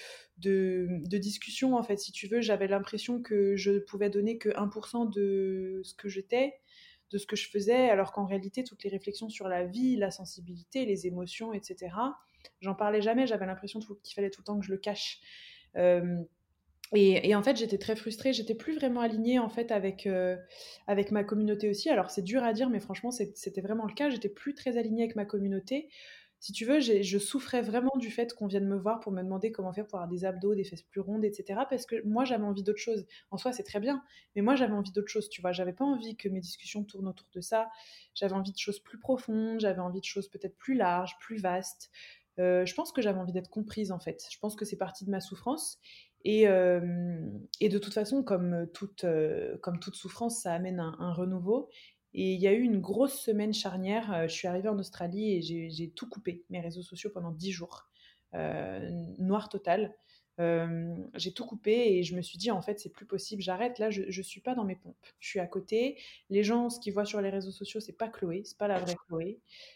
de discussion. En fait, si tu veux, j'avais l'impression que je pouvais donner que 1% de ce que j'étais, de ce que je faisais, alors qu'en réalité, toutes les réflexions sur la vie, la sensibilité, les émotions, etc., j'en parlais jamais. J'avais l'impression qu'il fallait tout le temps que je le cache. Euh, Et en fait, j'étais très frustrée. J'étais plus vraiment alignée en fait avec ma communauté aussi. Alors c'est dur à dire, mais franchement, c'était vraiment le cas. J'étais plus très alignée avec ma communauté. Si tu veux, je souffrais vraiment du fait qu'on vienne me voir pour me demander comment faire pour avoir des abdos, des fesses plus rondes, etc. Parce que moi, j'avais envie d'autre chose. En soi, c'est très bien, mais moi, j'avais envie d'autre chose. Tu vois, j'avais pas envie que mes discussions tournent autour de ça. J'avais envie de choses plus profondes. J'avais envie de choses peut-être plus larges, plus vastes. Je pense que j'avais envie d'être comprise en fait. Je pense que c'est parti de ma souffrance. Et de toute façon, comme toute souffrance, ça amène un renouveau. Et il y a eu une grosse semaine charnière. Je suis arrivée en Australie et j'ai tout coupé, mes réseaux sociaux pendant 10 jours. Noir total. J'ai tout coupé et je me suis dit, en fait, c'est plus possible, j'arrête. Là, je suis pas dans mes pompes. Je suis à côté. Les gens, ce qu'ils voient sur les réseaux sociaux, c'est pas Chloé, c'est pas la vraie Chloé.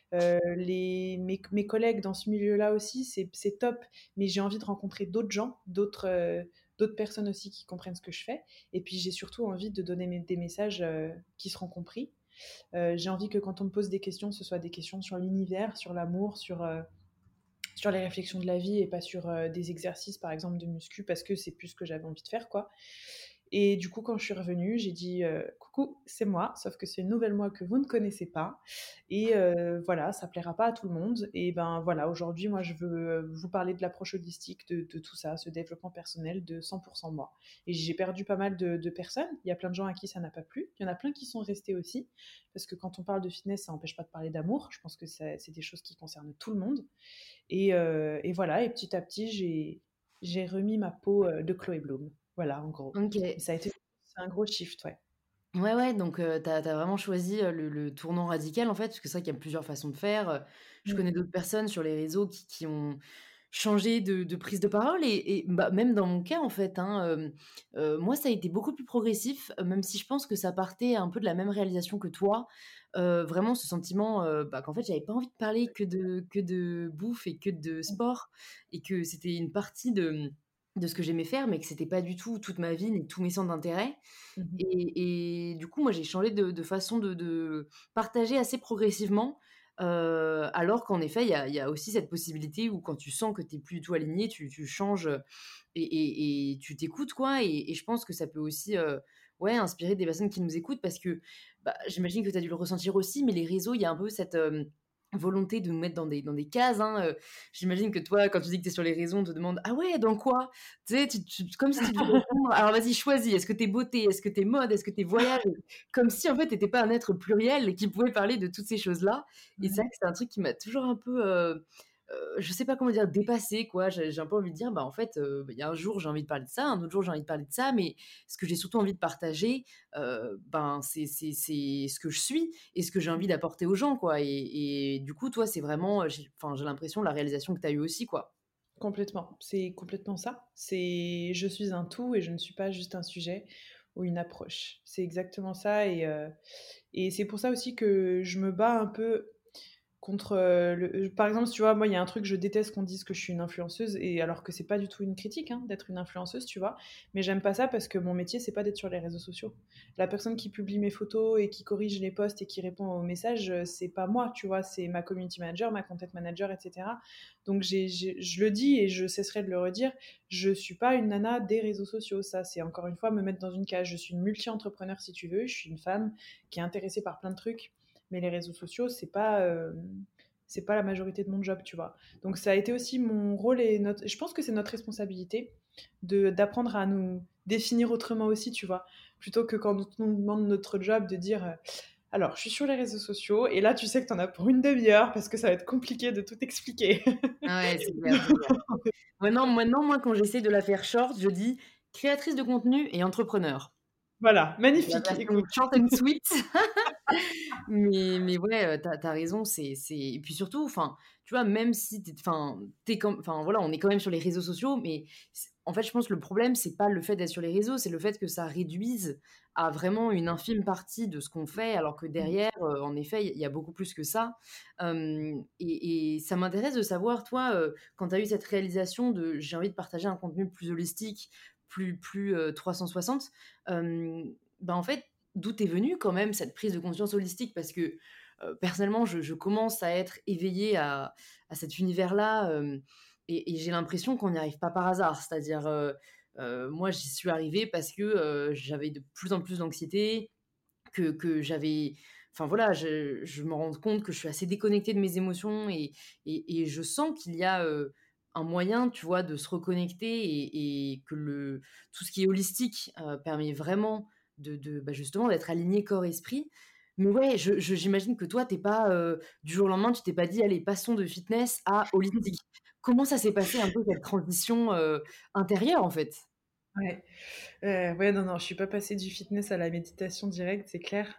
Mes collègues dans ce milieu-là aussi, c'est top, mais j'ai envie de rencontrer d'autres gens, d'autres personnes aussi qui comprennent ce que je fais. Et puis j'ai surtout envie de donner des messages qui seront compris. J'ai envie que quand on me pose des questions, ce soit des questions sur l'univers, sur l'amour, sur les réflexions de la vie et pas sur des exercices, par exemple, de muscu, parce que c'est plus ce que j'avais envie de faire, quoi. Et du coup, quand je suis revenue, j'ai dit coucou, c'est moi, sauf que c'est une nouvelle moi que vous ne connaissez pas. Et voilà, ça plaira pas à tout le monde. Et ben voilà, aujourd'hui, moi, je veux vous parler de l'approche holistique, de tout ça, ce développement personnel de 100% moi. Et j'ai perdu pas mal de personnes. Il y a plein de gens à qui ça n'a pas plu. Il y en a plein qui sont restés aussi. Parce que quand on parle de fitness, ça n'empêche pas de parler d'amour. Je pense que c'est des choses qui concernent tout le monde. Et voilà, et petit à petit, j'ai remis ma peau de Chloé Bloom. Voilà, en gros. OK. C'est un gros shift, ouais. Ouais, ouais, donc tu as vraiment choisi, le tournant radical, en fait, parce que c'est vrai qu'il y a plusieurs façons de faire, je Mm. connais d'autres personnes sur les réseaux qui ont changé de prise de parole et bah, même dans mon cas, en fait, hein, moi, ça a été beaucoup plus progressif, même si je pense que ça partait un peu de la même réalisation que toi. Vraiment ce sentiment, bah, qu'en fait, j'avais pas envie de parler que de bouffe et que de sport et que c'était une partie de ce que j'aimais faire, mais que c'était pas du tout toute ma vie ni tous mes centres d'intérêt. Mhm. Et du coup, moi, j'ai changé de façon de partager assez progressivement, alors qu'en effet, il y a aussi cette possibilité où quand tu sens que tu es plus du tout aligné, tu changes, et tu t'écoutes, quoi. Et je pense que ça peut aussi, ouais, inspirer des personnes qui nous écoutent parce que, bah, j'imagine que tu as dû le ressentir aussi, mais les réseaux, il y a un peu cette, volonté de nous mettre dans des cases, hein. J'imagine que toi, quand tu dis que tu es sur les réseaux, on te demande: «Ah ouais, dans quoi?» Tu sais, comme si tu devais répondre: «Alors vas-y, choisis, est-ce que tu es beauté? Est-ce que tu es mode? Est-ce que tu es voyage?» Comme si, en fait, tu étais pas un être pluriel et qui pouvait parler de toutes ces choses-là. Et c'est Ouais. vrai que c'est un truc qui m'a toujours un peu, je sais pas comment dire, dépassée, quoi. J'ai un peu envie de dire: «Bah, en fait, bah, il y a un jour, j'ai envie de parler de ça, un autre jour, j'ai envie de parler de ça», mais ce que j'ai surtout envie de partager, ben, c'est ce que je suis et ce que j'ai envie d'apporter aux gens, quoi. Et du coup, toi, c'est vraiment, j'ai l'impression, la réalisation que tu as eue aussi, quoi. Complètement. C'est complètement ça. Je suis un tout et je ne suis pas juste un sujet ou une approche. C'est exactement ça. Et c'est pour ça aussi que je me bats un peu contre par exemple, tu vois, moi, il y a un truc, je déteste qu'on dise que je suis une influenceuse, et alors que c'est pas du tout une critique, hein, d'être une influenceuse, tu vois. Mais j'aime pas ça parce que mon métier, c'est pas d'être sur les réseaux sociaux. La personne qui publie mes photos et qui corrige les posts et qui répond aux messages, c'est pas moi, tu vois, c'est ma community manager, ma content manager, etc. Donc je le dis et je cesserai de le redire, je suis pas une nana des réseaux sociaux. Ça, c'est encore une fois me mettre dans une cage. Je suis une multi-entrepreneur, si tu veux. Je suis une femme qui est intéressée par plein de trucs, mais les réseaux sociaux, c'est pas la majorité de mon job, tu vois. Donc ça a été aussi mon rôle, et je pense que c'est notre responsabilité d'apprendre à nous définir autrement aussi, tu vois. Plutôt que quand on nous demande notre job de dire alors, je suis sur les réseaux sociaux, et là, tu sais que t'en as pour une demi-heure parce que ça va être compliqué de tout expliquer. Ah ouais, c'est clair, c'est clair. Maintenant, moi, quand j'essaie de la faire short, je dis créatrice de contenu et entrepreneur. Voilà, La magnifique, version écoute. short and sweet. Mais ouais, tu as raison, c'est et puis surtout, enfin, tu vois, même si tu comme enfin, voilà, on est quand même sur les réseaux sociaux, mais en fait, je pense que le problème, c'est pas le fait d'être sur les réseaux, c'est le fait que ça réduise à vraiment une infime partie de ce qu'on fait, alors que derrière, en effet, il y a beaucoup plus que ça. Et ça m'intéresse de savoir, toi, quand tu as eu cette réalisation de: «J'ai envie de partager un contenu plus holistique, plus, 360», bah, en fait, d'où est venue quand même cette prise de conscience holistique? Parce que, personnellement, je commence à être éveillée à cet univers-là, et j'ai l'impression qu'on n'y arrive pas par hasard. C'est-à-dire, moi, j'y suis arrivée parce que j'avais de plus en plus d'anxiété, que j'avais, enfin voilà, je me rends compte que je suis assez déconnectée de mes émotions et je sens qu'il y a un moyen, tu vois, de se reconnecter et que tout ce qui est holistique permet vraiment bah, justement d'être aligné corps-esprit. Mais ouais, j'imagine que toi, t'es pas du jour au lendemain, tu t'es pas dit, allez, passons de fitness à holistique. Comment ça s'est passé un peu cette transition intérieure en fait? Ouais. Ouais, non, non, je suis pas passée du fitness à la méditation directe, c'est clair.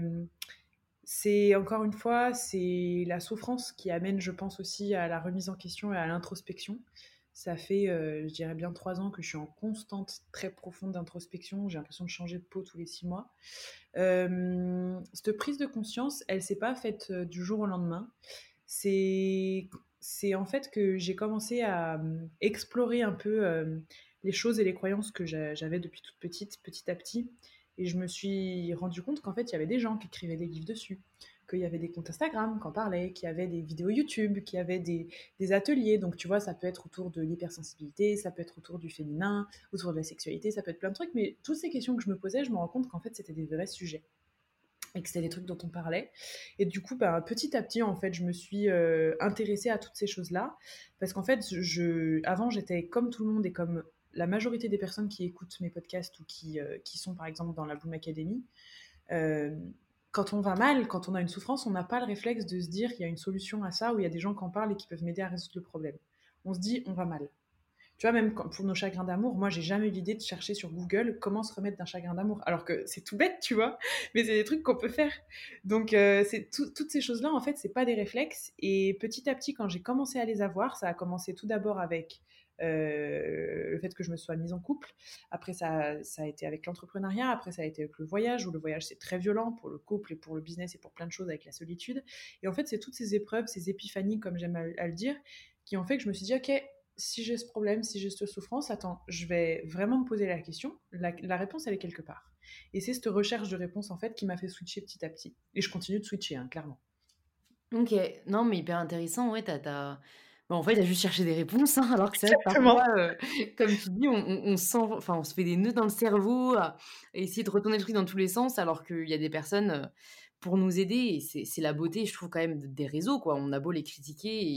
C'est encore une fois, c'est la souffrance qui amène, je pense aussi, à la remise en question et à l'introspection. Ça fait, je dirais bien 3 ans que je suis en constante, très profonde introspection. J'ai l'impression de changer de peau tous les 6 mois. Cette prise de conscience, elle s'est pas faite du jour au lendemain. C'est, c'est en fait que j'ai commencé à explorer un peu les choses et les croyances que j'avais depuis toute petite, petit à petit. Et je me suis rendu compte qu'en fait, il y avait des gens qui écrivaient des livres dessus, qu'il y avait des comptes Instagram qui en parlaient, qu'il y avait des vidéos YouTube, qu'il y avait des ateliers. Donc, tu vois, ça peut être autour de l'hypersensibilité, ça peut être autour du féminin, autour de la sexualité, ça peut être plein de trucs. Mais toutes ces questions que je me posais, je me rends compte qu'en fait, c'était des vrais sujets et que c'était des trucs dont on parlait. Et du coup, bah, petit à petit, en fait, je me suis intéressée à toutes ces choses-là. Parce qu'en fait, avant, j'étais comme tout le monde et comme la majorité des personnes qui écoutent mes podcasts ou qui sont, par exemple, dans la Bloom Academy. Euh, Quand on va mal, quand on a une souffrance, on n'a pas le réflexe de se dire qu'il y a une solution à ça ou il y a des gens qui en parlent et qui peuvent m'aider à résoudre le problème. On se dit, on va mal. Tu vois, même pour nos chagrins d'amour, moi, j'ai jamais eu l'idée de chercher sur Google comment se remettre d'un chagrin d'amour. Alors que c'est tout bête, tu vois, mais c'est des trucs qu'on peut faire. Donc, toutes ces choses-là, en fait, c'est pas des réflexes. Et petit à petit, quand j'ai commencé à les avoir, ça a commencé tout d'abord avec le fait que je me sois mise en couple. Après, ça a été avec l'entrepreneuriat. Après, ça a été avec le voyage, où le voyage, c'est très violent pour le couple et pour le business et pour plein de choses avec la solitude. Et en fait, c'est toutes ces épreuves, ces épiphanies, comme j'aime à le dire, qui ont fait que je me suis dit, OK, si j'ai ce problème, si j'ai cette souffrance, attends, je vais vraiment me poser la question. La réponse, elle est quelque part. Et c'est cette recherche de réponse, en fait, qui m'a fait switcher petit à petit. Et je continue de switcher, hein, clairement. OK. Non, mais hyper intéressant, ouais, bah, en fait, tu as juste cherché des réponses, hein, alors que c'est vrai que parfois, Exactement. comme tu dis, on sent enfin, on se fait des nœuds dans le cerveau à essayer de retourner le truc dans tous les sens, alors qu'il y a des personnes, pour nous aider et c'est la beauté, je trouve, quand même, des réseaux, quoi. On a beau les critiquer et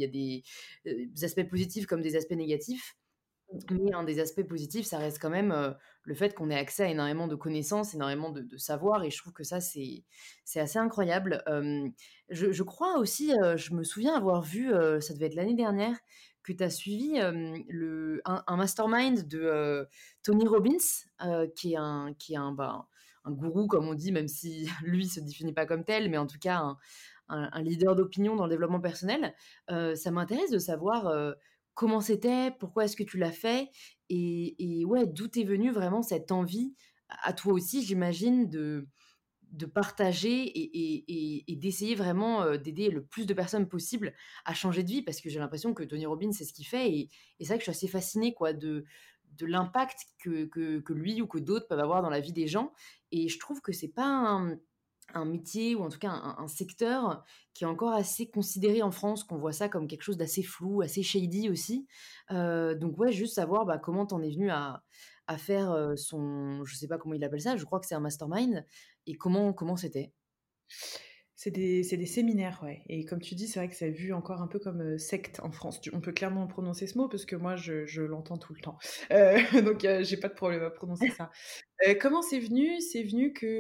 des aspects positifs comme des aspects négatifs. Mais un des aspects positifs, ça reste quand même, le fait qu'on ait accès à énormément de connaissances, énormément de savoir et je trouve que ça, c'est assez incroyable. Je crois aussi, je me souviens avoir vu, ça devait être l'année dernière, que tu as suivi, un mastermind de, Tony Robbins, qui est bah, un gourou comme on dit, même si lui se définit pas comme tel, mais en tout cas un leader d'opinion dans le développement personnel. Ça m'intéresse de savoir, comment c'était? Pourquoi est-ce que tu l'as fait? Et ouais, d'où t'es venue vraiment cette envie, à toi aussi j'imagine, de partager et d'essayer vraiment, d'aider le plus de personnes possible à changer de vie? Parce que j'ai l'impression que Tony Robbins, c'est ce qu'il fait et c'est vrai que je suis assez fascinée quoi de l'impact que lui ou que d'autres peuvent avoir dans la vie des gens et je trouve que c'est pas un métier ou en tout cas un secteur qui est encore assez considéré en France, qu'on voit ça comme quelque chose d'assez flou, assez shady aussi. Donc ouais, juste savoir, bah, comment tu en es venu à faire, je sais pas comment il appelle ça, je crois que c'est un mastermind et comment c'était? C'est des séminaires, ouais. Et comme tu dis, c'est vrai que c'est vu encore un peu comme secte en France. On peut clairement prononcer ce mot parce que moi, je l'entends tout le temps. Donc, j'ai pas de problème à prononcer ça. Comment c'est venu? C'est venu que,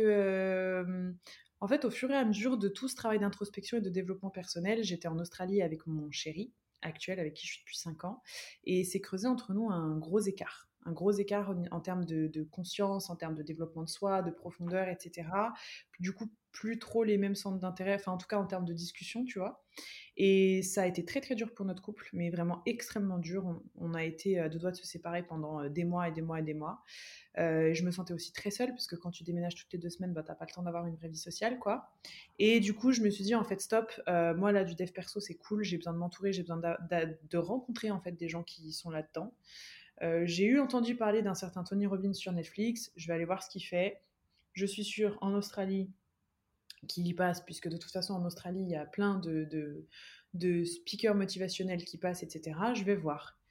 en fait, au fur et à mesure de tout ce travail d'introspection et de développement personnel, j'étais en Australie avec mon chéri actuel, avec qui je suis depuis 5 ans, et c'est creusé entre nous un gros écart. Un gros écart en termes de conscience, en termes de développement de soi, de profondeur, etc. Du coup, plus trop les mêmes centres d'intérêt, enfin en tout cas en termes de discussion, tu vois. Et ça a été très très dur pour notre couple, mais vraiment extrêmement dur. On a été à deux doigts de se séparer pendant des mois et des mois et des mois. Je me sentais aussi très seule, parce que quand tu déménages toutes les 2 semaines, bah, t'as pas le temps d'avoir une vraie vie sociale, quoi. Et du coup, je me suis dit, en fait, stop, moi, là, du dev perso, c'est cool, j'ai besoin de m'entourer, j'ai besoin de rencontrer, en fait, des gens qui sont là-dedans. J'ai eu entendu parler d'un certain Tony Robbins sur Netflix, je vais aller voir ce qu'il fait. Je suis sûre, en Australie, qu'il y passe, puisque de toute façon, en Australie, il y a plein de speakers motivationnels qui passent, etc. Je vais voir.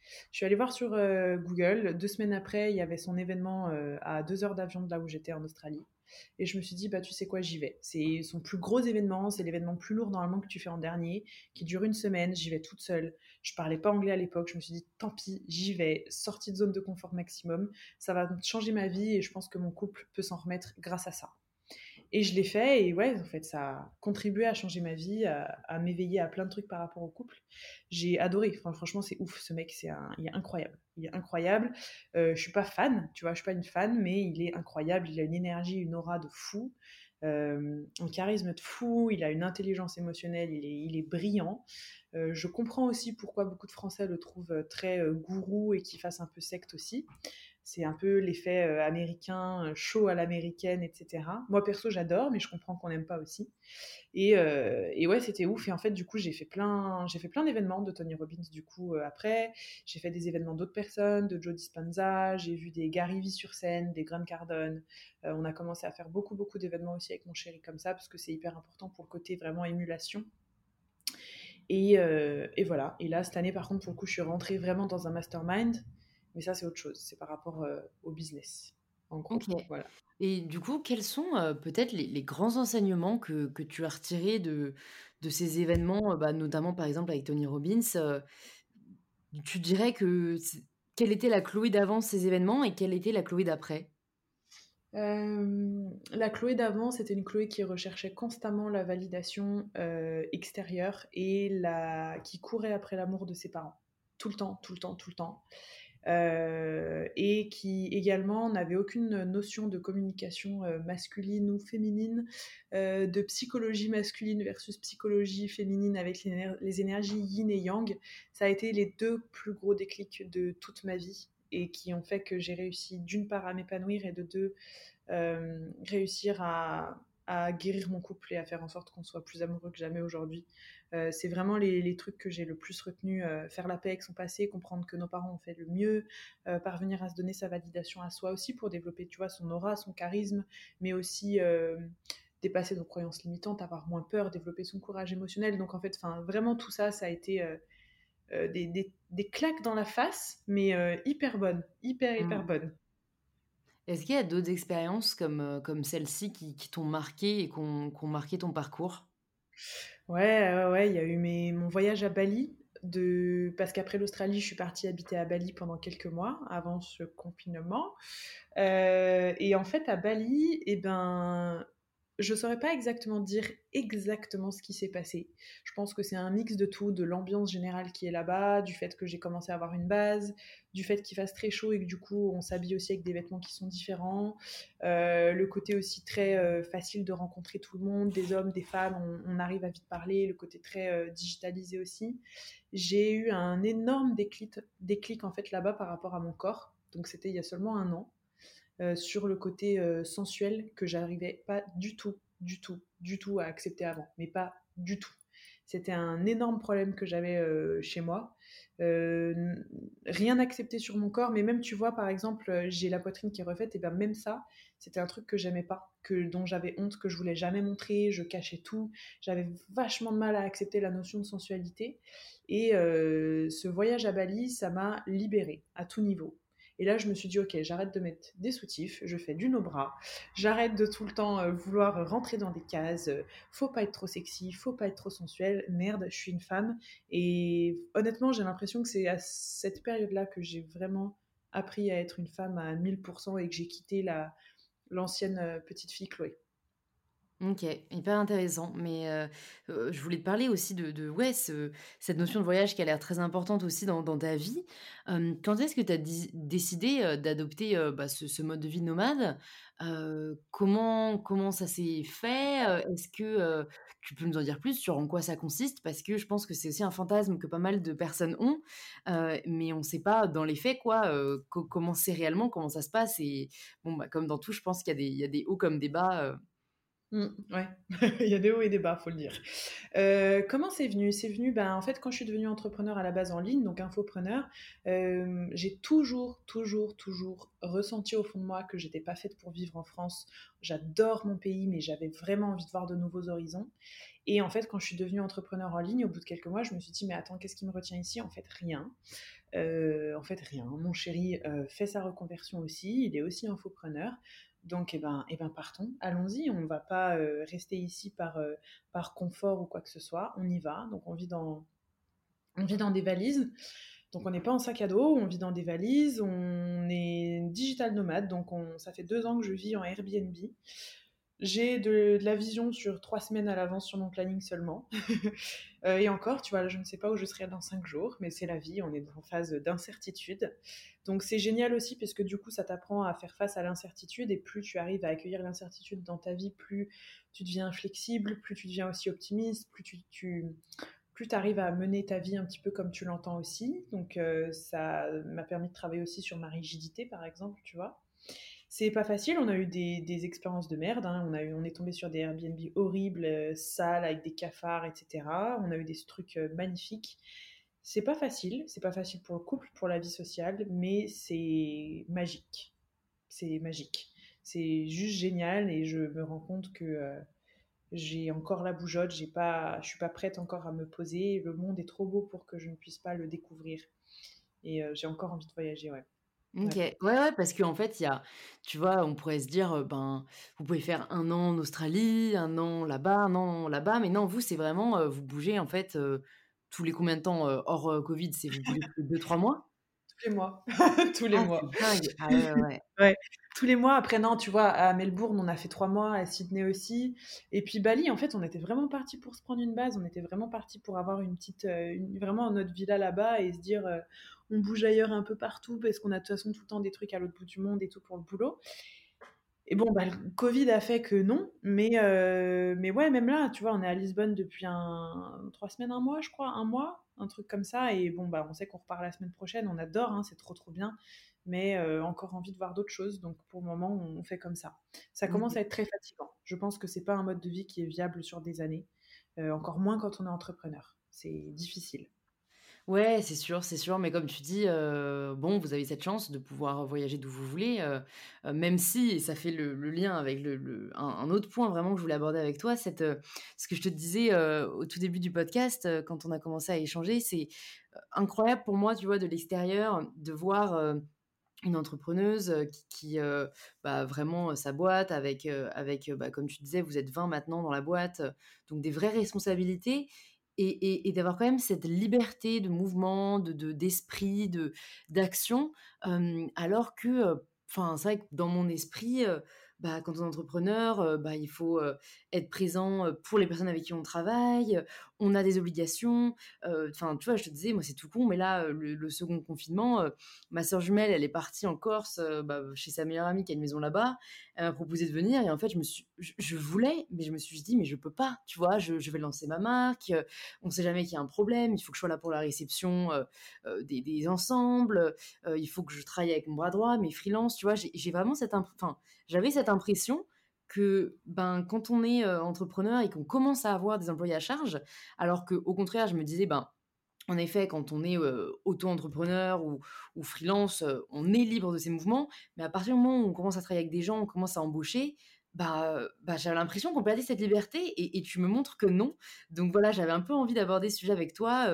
Je suis allée voir sur Google. 2 semaines après, il y avait son événement à 2 heures d'avion de là où j'étais en Australie. Et je me suis dit, bah, tu sais quoi, j'y vais. C'est son plus gros événement, c'est l'événement le plus lourd normalement que tu fais en dernier, qui dure une semaine. J'y vais toute seule. Je parlais pas anglais à l'époque. Je me suis dit, tant pis, j'y vais. Sortie de zone de confort maximum. Ça va changer ma vie et je pense que mon couple peut s'en remettre grâce à ça. Et je l'ai fait et ouais, en fait, ça a contribué à changer ma vie, à m'éveiller à plein de trucs par rapport au couple. J'ai adoré. Enfin, franchement, c'est ouf. Ce mec, il est incroyable. Il est incroyable. Je suis pas fan, tu vois, je suis pas une fan, mais il est incroyable. Il a une énergie, une aura de fou, un charisme de fou. Il a une intelligence émotionnelle. Il est brillant. Je comprends aussi pourquoi beaucoup de Français le trouvent très gourou et qu'il fasse un peu secte aussi. C'est un peu l'effet américain, chaud à l'américaine, etc. Moi, perso, j'adore, mais je comprends qu'on n'aime pas aussi. Et ouais, c'était ouf. Et en fait, du coup, j'ai fait plein d'événements de Tony Robbins, du coup, après. J'ai fait des événements d'autres personnes, de Joe Dispenza. J'ai vu des Gary Vee sur scène, des Grant Cardone. On a commencé à faire beaucoup, beaucoup d'événements aussi avec mon chéri comme ça, parce que c'est hyper important pour le côté vraiment émulation. Et voilà. Et là, cette année, par contre, pour le coup, je suis rentrée vraiment dans un mastermind. Mais ça, c'est autre chose. C'est par rapport au business, en OK. gros. Voilà. Et du coup, quels sont, peut-être les grands enseignements que tu as retirés de ces événements, bah, notamment, par exemple, avec Tony Robbins? Tu dirais que c'est quelle était la Chloé d'avant ces événements et quelle était la Chloé d'après? La Chloé d'avant, c'était une Chloé qui recherchait constamment la validation extérieure et qui courait après l'amour de ses parents. Tout le temps, tout le temps, tout le temps. Et qui également n'avait aucune notion de communication masculine ou féminine, de psychologie masculine versus psychologie féminine avec les énergies yin et yang. Ça a été les deux plus gros déclics de toute ma vie et qui ont fait que j'ai réussi d'une part à m'épanouir et de deux réussir à guérir mon couple et à faire en sorte qu'on soit plus amoureux que jamais aujourd'hui. C'est vraiment les trucs que j'ai le plus retenu. Faire la paix avec son passé, comprendre que nos parents ont fait le mieux, parvenir à se donner sa validation à soi aussi pour développer, tu vois, son aura, son charisme, mais aussi dépasser nos croyances limitantes, avoir moins peur, développer son courage émotionnel. Donc en fait, vraiment tout ça, ça a été des claques dans la face, mais hyper bonnes, hyper Mmh. bonnes. Est-ce qu'il y a d'autres expériences comme celle-ci qui t'ont marqué et qui ont marqué ton parcours? Ouais, ouais, ouais, il y a eu mon voyage à Bali, parce qu'après l'Australie, je suis partie habiter à Bali pendant quelques mois avant ce confinement. Et en fait, à Bali, eh ben, je saurais pas exactement dire exactement ce qui s'est passé. Je pense que c'est un mix de tout, de l'ambiance générale qui est là-bas, du fait que j'ai commencé à avoir une base, du fait qu'il fasse très chaud et que du coup on s'habille aussi avec des vêtements qui sont différents, le côté aussi très facile de rencontrer tout le monde, des hommes, des femmes, on arrive à vite parler, le côté très digitalisé aussi. J'ai eu un énorme déclic en fait là-bas par rapport à mon corps. Donc c'était il y a seulement un an sur le côté sensuel que j'arrivais pas du tout, du tout, du tout à accepter avant, mais pas du tout. C'était un énorme problème que j'avais chez moi. Euh, Rien accepter sur mon corps, mais même tu vois, par exemple, j'ai la poitrine qui est refaite, et bien même ça, c'était un truc que j'aimais pas, dont j'avais honte, que je voulais jamais montrer, je cachais tout. J'avais vachement de mal à accepter la notion de sensualité. Et ce voyage à Bali, ça m'a libérée à tout niveau. Et là, je me suis dit, ok, j'arrête de mettre des soutifs, je fais du no-bras, j'arrête de tout le temps vouloir rentrer dans des cases, faut pas être trop sexy, faut pas être trop sensuelle, merde, je suis une femme. Et honnêtement, j'ai l'impression que c'est à cette période-là que j'ai vraiment appris à être une femme à 1000% et que j'ai quitté l'ancienne petite fille Chloé. OK, hyper intéressant. Mais, je voulais te parler aussi de ouais, cette notion de voyage qui a l'air très importante aussi dans ta vie. Quand est-ce que tu as décidé, d'adopter, bah, ce mode de vie nomade? Comment ça s'est fait? Est-ce que, tu peux nous en dire plus sur en quoi ça consiste? Parce que je pense que c'est aussi un fantasme que pas mal de personnes ont, mais on ne sait pas dans les faits quoi, comment c'est réellement, comment ça se passe et bon, bah, comme dans tout, je pense qu'il y a des hauts comme des bas, Ouais, il y a des hauts et des bas, faut le dire. Comment c'est venu? C'est venu, ben, en fait, quand je suis devenue entrepreneur à la base en ligne, donc infopreneur, j'ai toujours, toujours, toujours ressenti au fond de moi que j'étais pas faite pour vivre en France. J'adore mon pays, mais j'avais vraiment envie de voir de nouveaux horizons. Et en fait, quand je suis devenue entrepreneur en ligne, au bout de quelques mois, je me suis dit, mais attends, qu'est-ce qui me retient ici? En fait, rien. En fait, rien. Mon chéri fait sa reconversion aussi, il est aussi infopreneur. Donc, eh ben, partons, allons-y. On ne va pas rester ici par confort ou quoi que ce soit. On y va. Donc, on vit dans des valises. Donc, on n'est pas en sac à dos, on vit dans des valises. On est digital nomade. Donc, ça fait 2 ans que je vis en Airbnb. J'ai de la vision sur 3 semaines à l'avance sur mon planning seulement. Et encore, tu vois, je ne sais pas où je serai dans 5 jours, mais c'est la vie, on est en phase d'incertitude. Donc c'est génial aussi parce que du coup, ça t'apprend à faire face à l'incertitude et plus tu arrives à accueillir l'incertitude dans ta vie, plus tu deviens flexible, plus tu deviens aussi optimiste, plus tu arrives à mener ta vie un petit peu comme tu l'entends aussi. Donc ça m'a permis de travailler aussi sur ma rigidité, par exemple, tu vois. C'est pas facile, on a eu des expériences de merde, hein. On est tombé sur des Airbnb horribles, sales, avec des cafards, etc. On a eu des trucs magnifiques. C'est pas facile pour le couple, pour la vie sociale, mais c'est magique. C'est magique. C'est juste génial et je me rends compte que j'ai encore la bougeotte, je suis pas prête encore à me poser. Le monde est trop beau pour que je ne puisse pas le découvrir. Et j'ai encore envie de voyager, ouais. OK. Ouais. Ouais, ouais, parce qu'en fait, il y a tu vois, on pourrait se dire, ben, vous pouvez faire 1 an en Australie, 1 an là-bas, 1 an là-bas, mais non, vous, c'est vraiment, vous bougez en fait, tous les combien de temps, hors, covid, c'est vous bougez tous les 2-3 mois? Tous les mois. Tous les Ah, mois. c'est dingue! Ah ouais, ouais, ouais. Ouais, tous les mois. Après, non, tu vois, à Melbourne, on a fait 3 mois, à Sydney aussi. Et puis Bali, en fait, on était vraiment parti pour se prendre une base. On était vraiment parti pour avoir une petite, vraiment notre villa là-bas et se dire, on bouge ailleurs un peu partout parce qu'on a de toute façon tout le temps des trucs à l'autre bout du monde et tout pour le boulot. Et bon, bah, le Covid a fait que non, mais ouais, même là, tu vois, on est à Lisbonne depuis 3 semaines, un mois, je crois, un mois, un truc comme ça. Et bon, bah, on sait qu'on repart la semaine prochaine, on adore, hein, c'est trop trop bien, mais encore envie de voir d'autres choses. Donc pour le moment, on fait comme ça. Ça commence OK. à être très fatigant. Je pense que c'est pas un mode de vie qui est viable sur des années, encore moins quand on est entrepreneur. C'est difficile. Ouais, c'est sûr, mais comme tu dis, bon, vous avez cette chance de pouvoir voyager d'où vous voulez, même si et ça fait le lien avec un autre point vraiment que je voulais aborder avec toi, ce que je te disais, au tout début du podcast, quand on a commencé à échanger, c'est, incroyable pour moi, tu vois, de l'extérieur, de voir, une entrepreneuse, qui, bah, vraiment, sa boîte avec, bah, comme tu disais, vous êtes 20 maintenant dans la boîte, donc des vraies responsabilités et d'avoir quand même cette liberté de mouvement, d'esprit, d'action, alors que, enfin, c'est vrai que dans mon esprit, bah, quand on est entrepreneur, bah, il faut, être présent, pour les personnes avec qui on travaille, on a des obligations, enfin, tu vois, je te disais, moi, c'est tout con, mais là, le 2 confinement, ma sœur jumelle, elle est partie en Corse, bah, chez sa meilleure amie qui a une maison là-bas. Elle m'a proposé de venir et en fait, je voulais, mais je me suis dit: «Mais je peux pas», tu vois? Je vais lancer ma marque, on sait jamais qu'il y a un problème, il faut que je sois là pour la réception, des ensembles, il faut que je travaille avec mon bras droit, mes freelances, tu vois? J'ai vraiment enfin, j'avais cette impression que, ben, quand on est, entrepreneur et qu'on commence à avoir des employés à charge, alors qu'au contraire, je me disais: «Ben, en effet, quand on est, auto-entrepreneur ou freelance, on est libre de ses mouvements, mais à partir du moment où on commence à travailler avec des gens, on commence à embaucher, bah, j'avais l'impression qu'on perdait cette liberté et tu me montres que non. Donc voilà, j'avais un peu envie d'aborder ce sujet avec toi,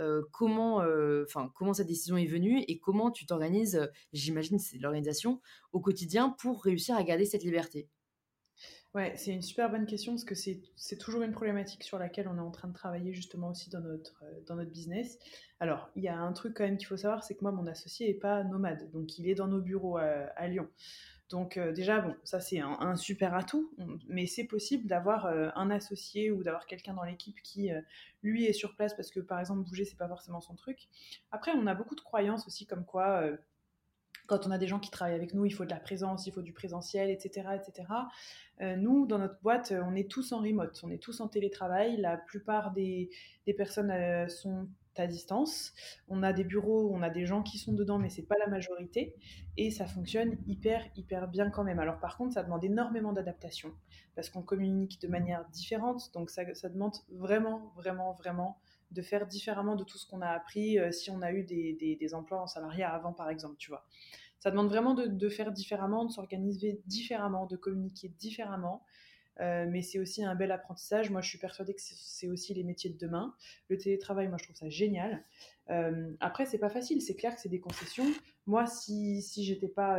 enfin, comment cette décision est venue et comment tu t'organises, j'imagine c'est de l'organisation, au quotidien pour réussir à garder cette liberté? Ouais, c'est une super bonne question parce que c'est toujours une problématique sur laquelle on est en train de travailler justement aussi dans notre business. Alors, il y a un truc quand même qu'il faut savoir, c'est que moi, mon associé est pas nomade, donc il est dans nos bureaux à Lyon. Donc déjà, bon, ça c'est un super atout, mais c'est possible d'avoir un associé ou d'avoir quelqu'un dans l'équipe qui, lui, est sur place parce que, par exemple, bouger, c'est pas forcément son truc. Après, on a beaucoup de croyances aussi comme quoi quand on a des gens qui travaillent avec nous, il faut de la présence, il faut du présentiel, etc. etc. Nous, dans notre boîte, on est tous en remote, on est tous en télétravail. La plupart des personnes sont à distance. On a des bureaux, on a des gens qui sont dedans, mais c'est pas la majorité. Et ça fonctionne hyper, hyper bien quand même. Alors par contre, ça demande énormément d'adaptation parce qu'on communique de manière différente. Donc ça demande vraiment, vraiment, vraiment de faire différemment de tout ce qu'on a appris si on a eu des emplois en salariat avant, par exemple, tu vois. Ça demande vraiment de faire différemment, de s'organiser différemment, de communiquer différemment. Mais c'est aussi un bel apprentissage. Moi, je suis persuadée que c'est aussi les métiers de demain. Le télétravail, moi, je trouve ça génial. Après, c'est pas facile. C'est clair que c'est des concessions. Moi, si j'étais pas,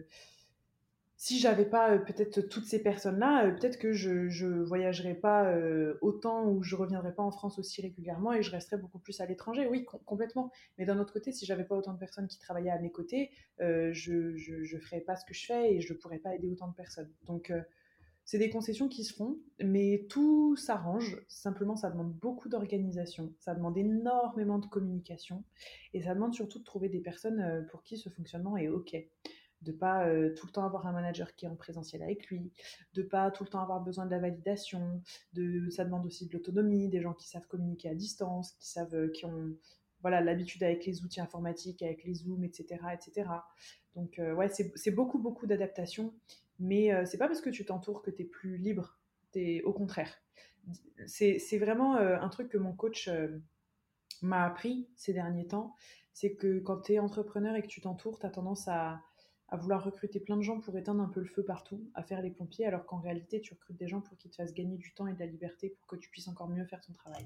si j'avais pas peut-être toutes ces personnes-là, peut-être que je voyagerais pas autant ou je reviendrais pas en France aussi régulièrement et je resterais beaucoup plus à l'étranger. Oui, complètement. Mais d'un autre côté, si j'avais pas autant de personnes qui travaillaient à mes côtés, je ferais pas ce que je fais et je pourrais pas aider autant de personnes. Donc c'est des concessions qui se font, mais tout s'arrange. Simplement, ça demande beaucoup d'organisation, ça demande énormément de communication, et ça demande surtout de trouver des personnes pour qui ce fonctionnement est OK. De pas tout le temps avoir un manager qui est en présentiel avec lui, de pas tout le temps avoir besoin de la validation, ça demande aussi de l'autonomie, des gens qui savent communiquer à distance, qui savent, qui ont voilà l'habitude avec les outils informatiques, avec les Zooms, etc., etc. Donc ouais, c'est beaucoup beaucoup d'adaptation, mais c'est pas parce que tu t'entoures que tu es plus libre. Au contraire. C'est vraiment un truc que mon coach m'a appris ces derniers temps. C'est que quand tu es entrepreneur et que tu t'entoures, tu as tendance à vouloir recruter plein de gens pour éteindre un peu le feu partout, à faire les pompiers, alors qu'en réalité, tu recrutes des gens pour qu'ils te fassent gagner du temps et de la liberté pour que tu puisses encore mieux faire ton travail.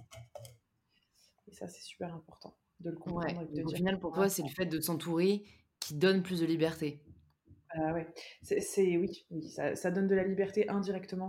Et ça, c'est super important de le Ouais, comprendre et de te donc au dire final, pour toi, c'est le fait de s'entourer qui donne plus de liberté? ah ouais, oui, oui, ça donne de la liberté indirectement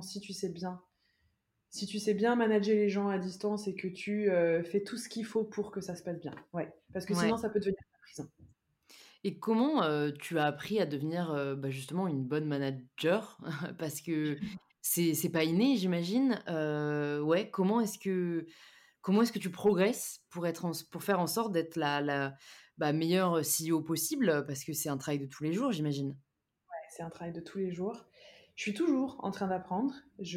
si tu sais bien manager les gens à distance et que tu fais tout ce qu'il faut pour que ça se passe bien. Ouais, parce que sinon Ouais. ça peut devenir la prison. Et comment, tu as appris à devenir, bah, justement une bonne manager? Parce que c'est pas inné, j'imagine. Ouais, comment est-ce que tu progresses pour être pour faire en sorte d'être la, bah, meilleure CEO possible? Parce que c'est un travail de tous les jours, j'imagine? C'est un travail de tous les jours. Je suis toujours en train d'apprendre.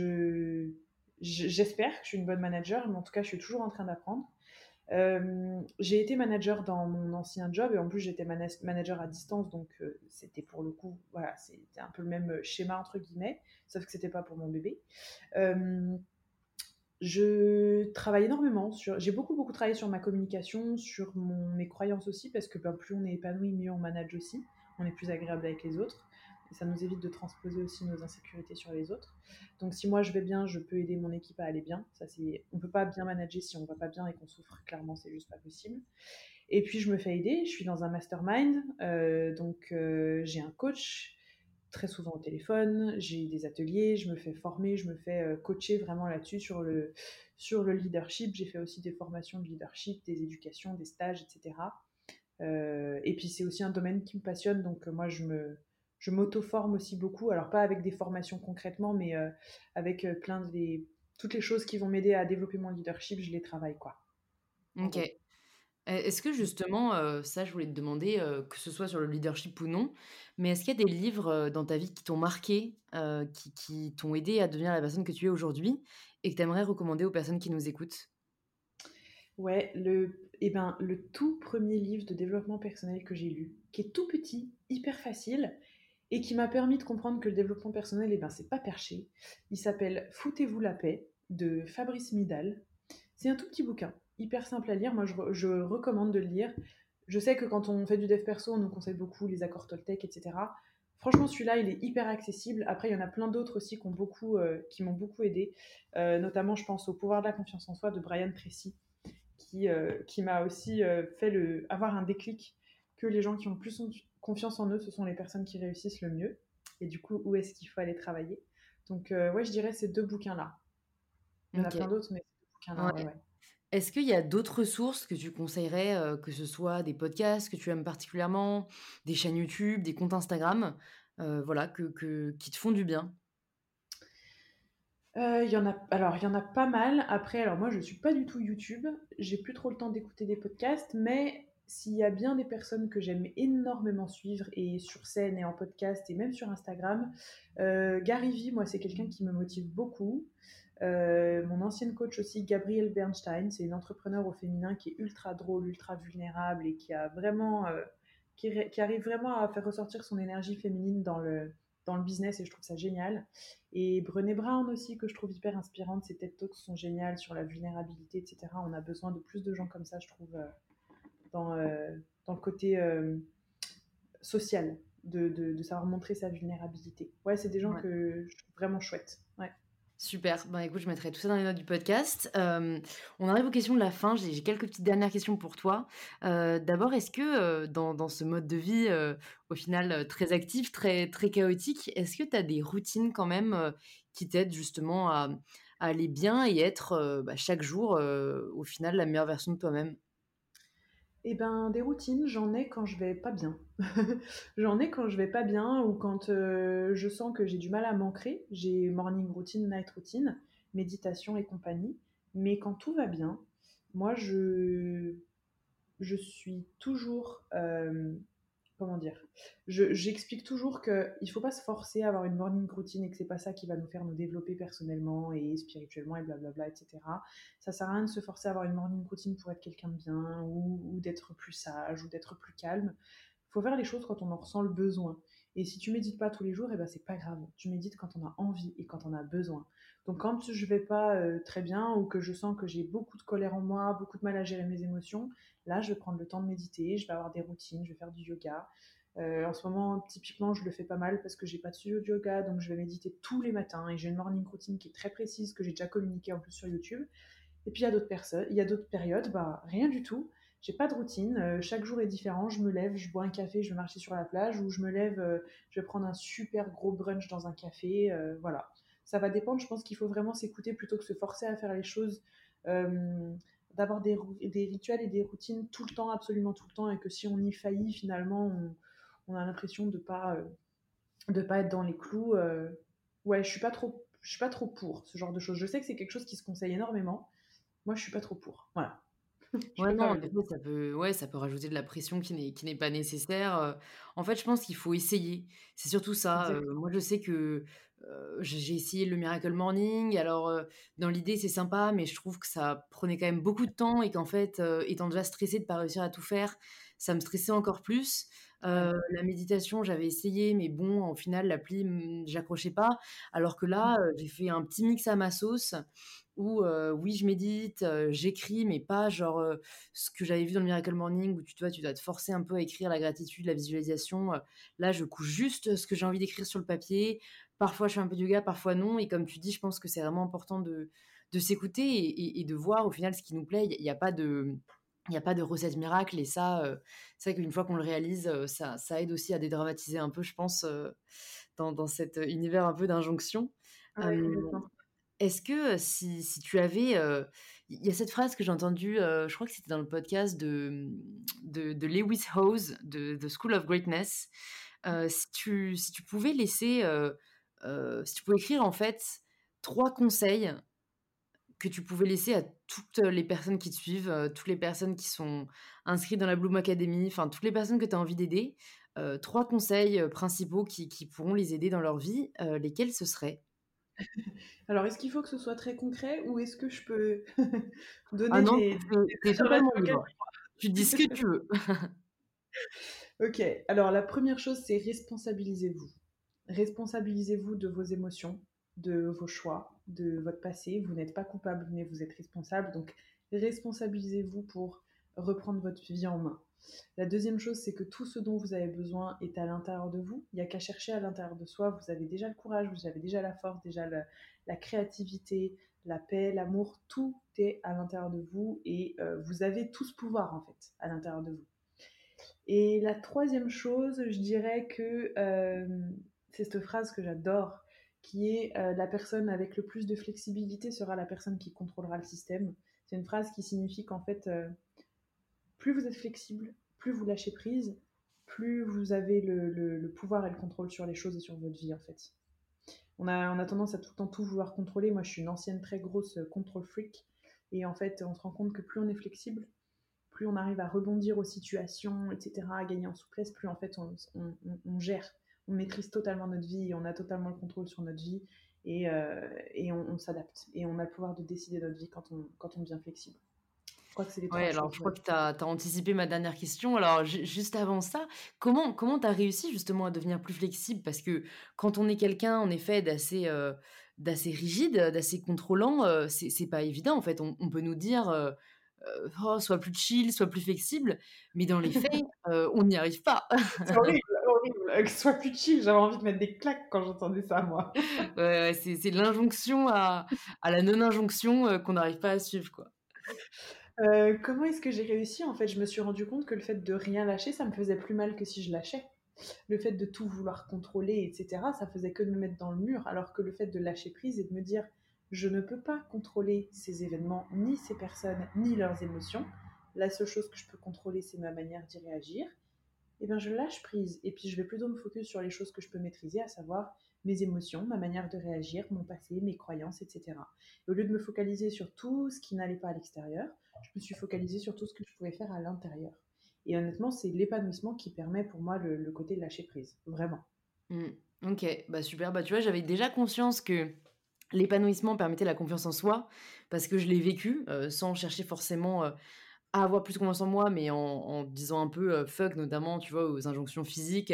J'espère que je suis une bonne manager, mais en tout cas, je suis toujours en train d'apprendre. J'ai été manager dans mon ancien job et en plus j'étais manager à distance, donc c'était pour le coup, voilà, c'était un peu le même schéma entre guillemets, sauf que c'était pas pour mon bébé. Euh, je travaille énormément j'ai beaucoup beaucoup travaillé sur ma communication, sur mes croyances aussi, parce que ben, plus on est épanoui, mieux on manage aussi, on est plus agréable avec les autres, et ça nous évite de transposer aussi nos insécurités sur les autres. Donc si moi je vais bien, je peux aider mon équipe à aller bien. On peut pas bien manager si on va pas bien et qu'on souffre, clairement c'est juste pas possible. Et puis je me fais aider, je suis dans un mastermind, donc j'ai un coach très souvent au téléphone, j'ai des ateliers, je me fais former, je me fais coacher vraiment là-dessus sur le leadership. J'ai fait aussi des formations de leadership, des éducations, des stages, etc. Et puis c'est aussi un domaine qui me passionne, donc moi je m'auto-forme aussi beaucoup, alors pas avec des formations concrètement, mais avec toutes les choses qui vont m'aider à développer mon leadership, je les travaille quoi, en OK. gros. Est-ce que justement, ça je voulais te demander, que ce soit sur le leadership ou non, mais est-ce qu'il y a des livres, dans ta vie qui t'ont marqué, qui t'ont aidé à devenir la personne que tu es aujourd'hui et que tu aimerais recommander aux personnes qui nous écoutent? Ouais, le tout premier livre de développement personnel que j'ai lu, qui est tout petit, hyper facile, et qui m'a permis de comprendre que le développement personnel, c'est pas perché. Il s'appelle Foutez-vous la paix de Fabrice Midal. C'est un tout petit bouquin, hyper simple à lire. Moi, je recommande de le lire. Je sais que quand on fait du dev perso, on nous conseille beaucoup les accords Toltec, etc. Franchement, celui-là, il est hyper accessible. Après, il y en a plein d'autres aussi qui m'ont beaucoup aidé. Notamment, je pense au pouvoir de la confiance en soi de Brian Tracy qui m'a aussi fait avoir un déclic que les gens qui ont plus confiance en eux, ce sont les personnes qui réussissent le mieux. Et du coup, où est-ce qu'il faut aller travailler? Donc, ouais, je dirais ces deux bouquins-là. Il y en a OK, plein d'autres, mais ces deux bouquins-là, ouais, ouais. ouais. Est-ce qu'il y a d'autres sources que tu conseillerais, que ce soit des podcasts que tu aimes particulièrement, des chaînes YouTube, des comptes Instagram, voilà, qui te font du bien? Il y en a pas mal. Après, alors moi, je suis pas du tout YouTube. J'ai plus trop le temps d'écouter des podcasts, mais s'il y a bien des personnes que j'aime énormément suivre, et sur scène et en podcast et même sur Instagram, Gary Vee, moi, c'est quelqu'un qui me motive beaucoup. Mon ancienne coach aussi, Gabrielle Bernstein, c'est une entrepreneure au féminin qui est ultra drôle, ultra vulnérable et qui a vraiment, qui arrive vraiment à faire ressortir son énergie féminine dans le business et je trouve ça génial. Et Brené Brown aussi, que je trouve hyper inspirante, ses TED Talks sont géniales sur la vulnérabilité, etc. On a besoin de plus de gens comme ça, je trouve, dans, euh, dans le côté social, de savoir montrer sa vulnérabilité. Ouais, c'est des gens Ouais. que je trouve vraiment chouettes. Ouais. Super. Ben, écoute, je mettrai tout ça dans les notes du podcast. On arrive aux questions de la fin. J'ai quelques petites dernières questions pour toi. D'abord, est-ce que, dans ce mode de vie, au final, très actif, très chaotique, est-ce que tu as des routines quand même, qui t'aident justement à aller bien et être, chaque jour, au final, la meilleure version de toi-même? Eh ben, des routines, j'en ai quand je vais pas bien. J'en ai quand je vais pas bien ou quand je sens que j'ai du mal à m'ancrer. J'ai morning routine, night routine, méditation et compagnie. Mais quand tout va bien, moi, je suis toujours, comment dire? J'explique toujours qu'il ne faut pas se forcer à avoir une morning routine et que c'est pas ça qui va nous faire nous développer personnellement et spirituellement et blablabla, etc. Ça sert à rien de se forcer à avoir une morning routine pour être quelqu'un de bien ou d'être plus sage ou d'être plus calme. Il faut faire les choses quand on en ressent le besoin. Et si tu médites pas tous les jours, eh ben c'est pas grave. Tu médites quand on a envie et quand on a besoin. Donc quand je vais pas très bien ou que je sens que j'ai beaucoup de colère en moi, beaucoup de mal à gérer mes émotions, là je vais prendre le temps de méditer, je vais avoir des routines, je vais faire du yoga. En ce moment, typiquement, je le fais pas mal parce que j'ai pas de studio de yoga, donc je vais méditer tous les matins et j'ai une morning routine qui est très précise que j'ai déjà communiquée en plus sur YouTube. Et puis il y a d'autres personnes, il y a d'autres périodes, bah rien du tout. J'ai pas de routine, chaque jour est différent. Je me lève, je bois un café, je vais marcher sur la plage, ou je me lève, je vais prendre un super gros brunch dans un café. Voilà, ça va dépendre. Je pense qu'il faut vraiment s'écouter plutôt que se forcer à faire les choses, euh, d'avoir des rituels et des routines tout le temps, absolument tout le temps, et que si on y faillit, finalement, on a l'impression de pas être dans les clous. Ouais, je suis pas trop pour ce genre de choses. Je sais que c'est quelque chose qui se conseille énormément. Moi, je suis pas trop pour. Voilà, je Ouais, non, préfère en le dire. effet, ça peut rajouter de la pression qui n'est pas nécessaire, en fait, je pense qu'il faut essayer. C'est surtout ça, Exactement. moi, je sais que, j'ai essayé le Miracle Morning, alors, dans l'idée, c'est sympa, mais je trouve que ça prenait quand même beaucoup de temps et qu'en fait, étant déjà stressée de pas réussir à tout faire, ça me stressait encore plus. Ouais. La méditation, j'avais essayé, mais bon, au final, l'appli, j'accrochais pas. Alors que là, j'ai fait un petit mix à ma sauce où, oui, je médite, j'écris, mais pas genre, ce que j'avais vu dans le Miracle Morning où tu dois te forcer un peu à écrire la gratitude, la visualisation, là, je couche juste ce que j'ai envie d'écrire sur le papier. Parfois, je fais un peu de yoga, parfois non et comme tu dis, je pense que c'est vraiment important de s'écouter et de voir au final ce qui nous plaît. Il y a pas de recette miracle et ça, c'est vrai qu'une fois qu'on le réalise, ça aide aussi à dédramatiser un peu, je pense, dans cet univers un peu d'injonction. Ouais, Hem complètement. Est-ce que, si tu avais, il y a cette phrase que j'ai entendue, je crois que c'était dans le podcast de Lewis Howes de The School of Greatness. Si tu pouvais laisser, si tu pouvais écrire en fait 3 conseils que tu pouvais laisser à toutes les personnes qui te suivent, toutes les personnes qui sont inscrites dans la Bloom Academy, enfin toutes les personnes que tu as envie d'aider, 3 conseils, principaux qui pourront les aider dans leur vie, lesquels ce seraient? Alors, est-ce qu'il faut que ce soit très concret ou est-ce que je peux Ah donner non, des tu es totalement affirmations auxquelles libre. Tu dis ce que tu veux. Ok, alors la première chose, c'est responsabilisez-vous. Responsabilisez-vous de vos émotions, de vos choix, de votre passé. Vous n'êtes pas coupable, mais vous êtes responsable. Donc, responsabilisez-vous pour reprendre votre vie en main. La deuxième chose, c'est que tout ce dont vous avez besoin est à l'intérieur de vous. Il n'y a qu'à chercher à l'intérieur de soi. Vous avez déjà le courage, vous avez déjà la force, déjà la créativité, la paix, l'amour. Tout est à l'intérieur de vous et vous avez tout ce pouvoir, en fait, à l'intérieur de vous. Et la troisième chose, je dirais que c'est cette phrase que j'adore, qui est la personne avec le plus de flexibilité sera la personne qui contrôlera le système. C'est une phrase qui signifie qu'en fait, plus vous êtes flexible, plus vous lâchez prise, plus vous avez le pouvoir et le contrôle sur les choses et sur votre vie en fait. On a tendance à tout le temps tout vouloir contrôler. Moi, je suis une ancienne très grosse control freak. Et en fait, on se rend compte que plus on est flexible, plus on arrive à rebondir aux situations, etc., à gagner en souplesse, plus en fait on gère, on maîtrise totalement notre vie et on a totalement le contrôle sur notre vie. et on s'adapte. Et on a le pouvoir de décider notre vie quand on devient flexible. Je crois que c'est les Ouais, 3 alors choses, je ouais. crois que tu as anticipé ma dernière question. Alors juste avant ça, comment tu as réussi justement à devenir plus flexible? Parce que quand on est quelqu'un en effet d'assez rigide, d'assez contrôlant, c'est pas évident en fait. On peut nous dire, «Oh sois plus chill, sois plus flexible», mais dans les faits, on n'y arrive pas. C'est horrible, horrible, que ce soit plus chill, j'avais envie de mettre des claques quand j'entendais ça, moi. Ouais, ouais, c'est l'injonction à la non-injonction, qu'on n'arrive pas à suivre, quoi. Comment est-ce que j'ai réussi? En fait, je me suis rendu compte que le fait de rien lâcher, ça me faisait plus mal que si je lâchais. Le fait de tout vouloir contrôler, etc., ça faisait que de me mettre dans le mur, alors que le fait de lâcher prise et de me dire je ne peux pas contrôler ces événements, ni ces personnes, ni leurs émotions. La seule chose que je peux contrôler, c'est ma manière d'y réagir. Et bien je lâche prise. Et puis je vais plutôt me focus sur les choses que je peux maîtriser, à savoir mes émotions, ma manière de réagir, mon passé, mes croyances, etc. Et au lieu de me focaliser sur tout ce qui n'allait pas à l'extérieur, je me suis focalisée sur tout ce que je pouvais faire à l'intérieur. Et honnêtement, c'est l'épanouissement qui permet pour moi le côté de lâcher prise. Vraiment. Mmh. OK, bah, super. Bah, tu vois, j'avais déjà conscience que l'épanouissement permettait la confiance en soi parce que je l'ai vécu, sans chercher forcément, à avoir plus confiance en moi, mais en disant un peu, fuck notamment, tu vois, aux injonctions physiques,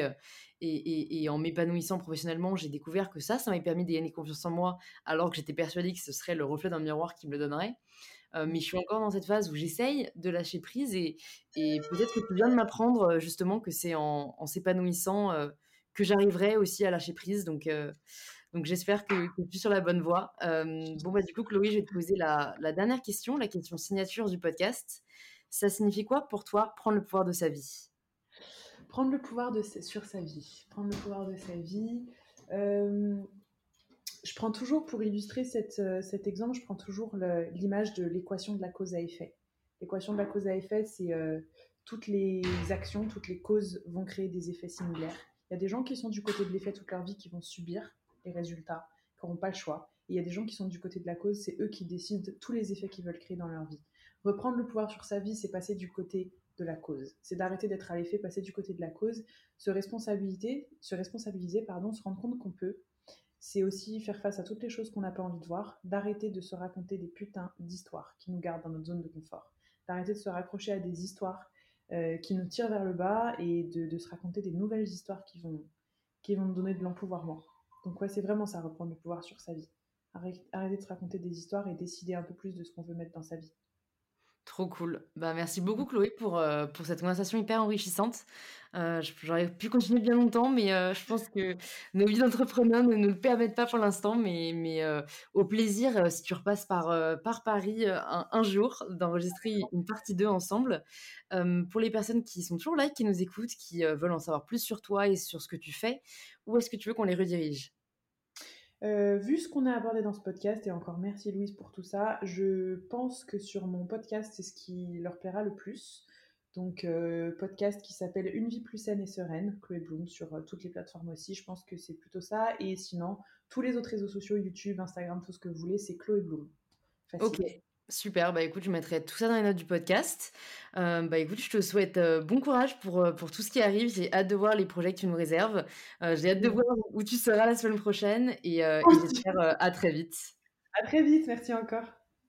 et en m'épanouissant professionnellement, j'ai découvert que ça m'avait permis de gagner confiance en moi, alors que j'étais persuadée que ce serait le reflet d'un miroir qui me le donnerait. Mais je suis encore dans cette phase où j'essaye de lâcher prise et peut-être que tu viens de m'apprendre, justement que c'est en s'épanouissant, que j'arriverai aussi à lâcher prise donc j'espère que tu es sur la bonne voie. Bon, bah, du coup, Chloé, je vais te poser la dernière question, la question signature du podcast. Ça signifie quoi pour toi prendre le pouvoir de sa vie? Prendre le pouvoir sur sa vie. Prendre le pouvoir de sa vie. Euh, je prends toujours, pour illustrer cet exemple, je prends toujours l'image de l'équation de la cause à effet. L'équation de la cause à effet, c'est toutes les actions, toutes les causes vont créer des effets similaires. Il y a des gens qui sont du côté de l'effet toute leur vie, qui vont subir les résultats, qui n'auront pas le choix. Et il y a des gens qui sont du côté de la cause, c'est eux qui décident tous les effets qu'ils veulent créer dans leur vie. Reprendre le pouvoir sur sa vie, c'est passer du côté de la cause. C'est d'arrêter d'être à l'effet, passer du côté de la cause, se responsabiliser, se rendre compte qu'on peut. C'est aussi faire face à toutes les choses qu'on n'a pas envie de voir, d'arrêter de se raconter des putains d'histoires qui nous gardent dans notre zone de confort, d'arrêter de se raccrocher à des histoires qui nous tirent vers le bas et de se raconter des nouvelles histoires qui vont nous donner de l'empouvoirment. Donc ouais, c'est vraiment ça, reprendre le pouvoir sur sa vie. Arrêter de se raconter des histoires et décider un peu plus de ce qu'on veut mettre dans sa vie. Trop cool. Bah, merci beaucoup Chloé pour cette conversation hyper enrichissante. J'aurais pu continuer bien longtemps, mais je pense que nos vies d'entrepreneurs ne nous le permettent pas pour l'instant, mais au plaisir, si tu repasses par Paris, un jour, d'enregistrer une partie 2 ensemble. Pour les personnes qui sont toujours là et qui nous écoutent, qui, veulent en savoir plus sur toi et sur ce que tu fais, où est-ce que tu veux qu'on les redirige? Vu ce qu'on a abordé dans ce podcast, et encore merci Louise pour tout ça, je pense que sur mon podcast, c'est ce qui leur plaira le plus. Donc, podcast qui s'appelle Une vie plus saine et sereine, Chloé Bloom, sur toutes les plateformes aussi. Je pense que c'est plutôt ça. Et sinon, tous les autres réseaux sociaux, YouTube, Instagram, tout ce que vous voulez, c'est Chloé Bloom. OK, Facile. super. Bah, écoute, je mettrai tout ça dans les notes du podcast. Bah, écoute, je te souhaite, bon courage pour tout ce qui arrive. J'ai hâte de voir les projets que tu nous réserves. J'ai hâte de voir où tu seras la semaine prochaine et j'espère, à très vite. À très vite, merci encore.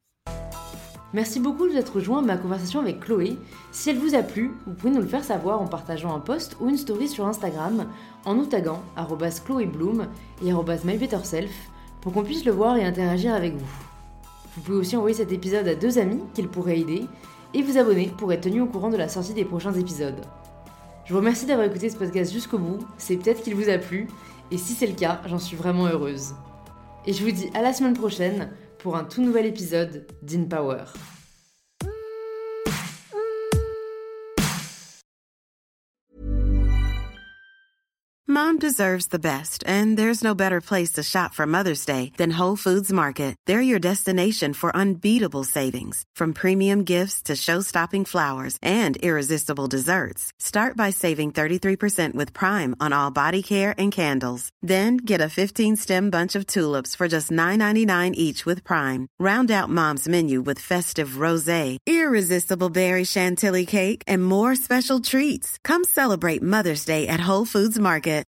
Merci beaucoup d'être rejoint à ma conversation avec Chloé. Si elle vous a plu, vous pouvez nous le faire savoir en partageant un post ou une story sur Instagram en nous taguant @chloébloom et @mybetterself pour qu'on puisse le voir et interagir avec vous. Vous pouvez aussi envoyer cet épisode à 2 amis qu'il pourrait aider et vous abonner pour être tenu au courant de la sortie des prochains épisodes. Je vous remercie d'avoir écouté ce podcast jusqu'au bout, c'est peut-être qu'il vous a plu, et si c'est le cas, j'en suis vraiment heureuse. Et je vous dis à la semaine prochaine pour un tout nouvel épisode d'InPower. Mom deserves the best, and there's no better place to shop for Mother's Day than Whole Foods Market. They're your destination for unbeatable savings, from premium gifts to show-stopping flowers and irresistible desserts. Start by saving 33% with Prime on all body care and candles. Then get a 15-stem bunch of tulips for just $9.99 each with Prime. Round out Mom's menu with festive rosé, irresistible berry chantilly cake, and more special treats. Come celebrate Mother's Day at Whole Foods Market.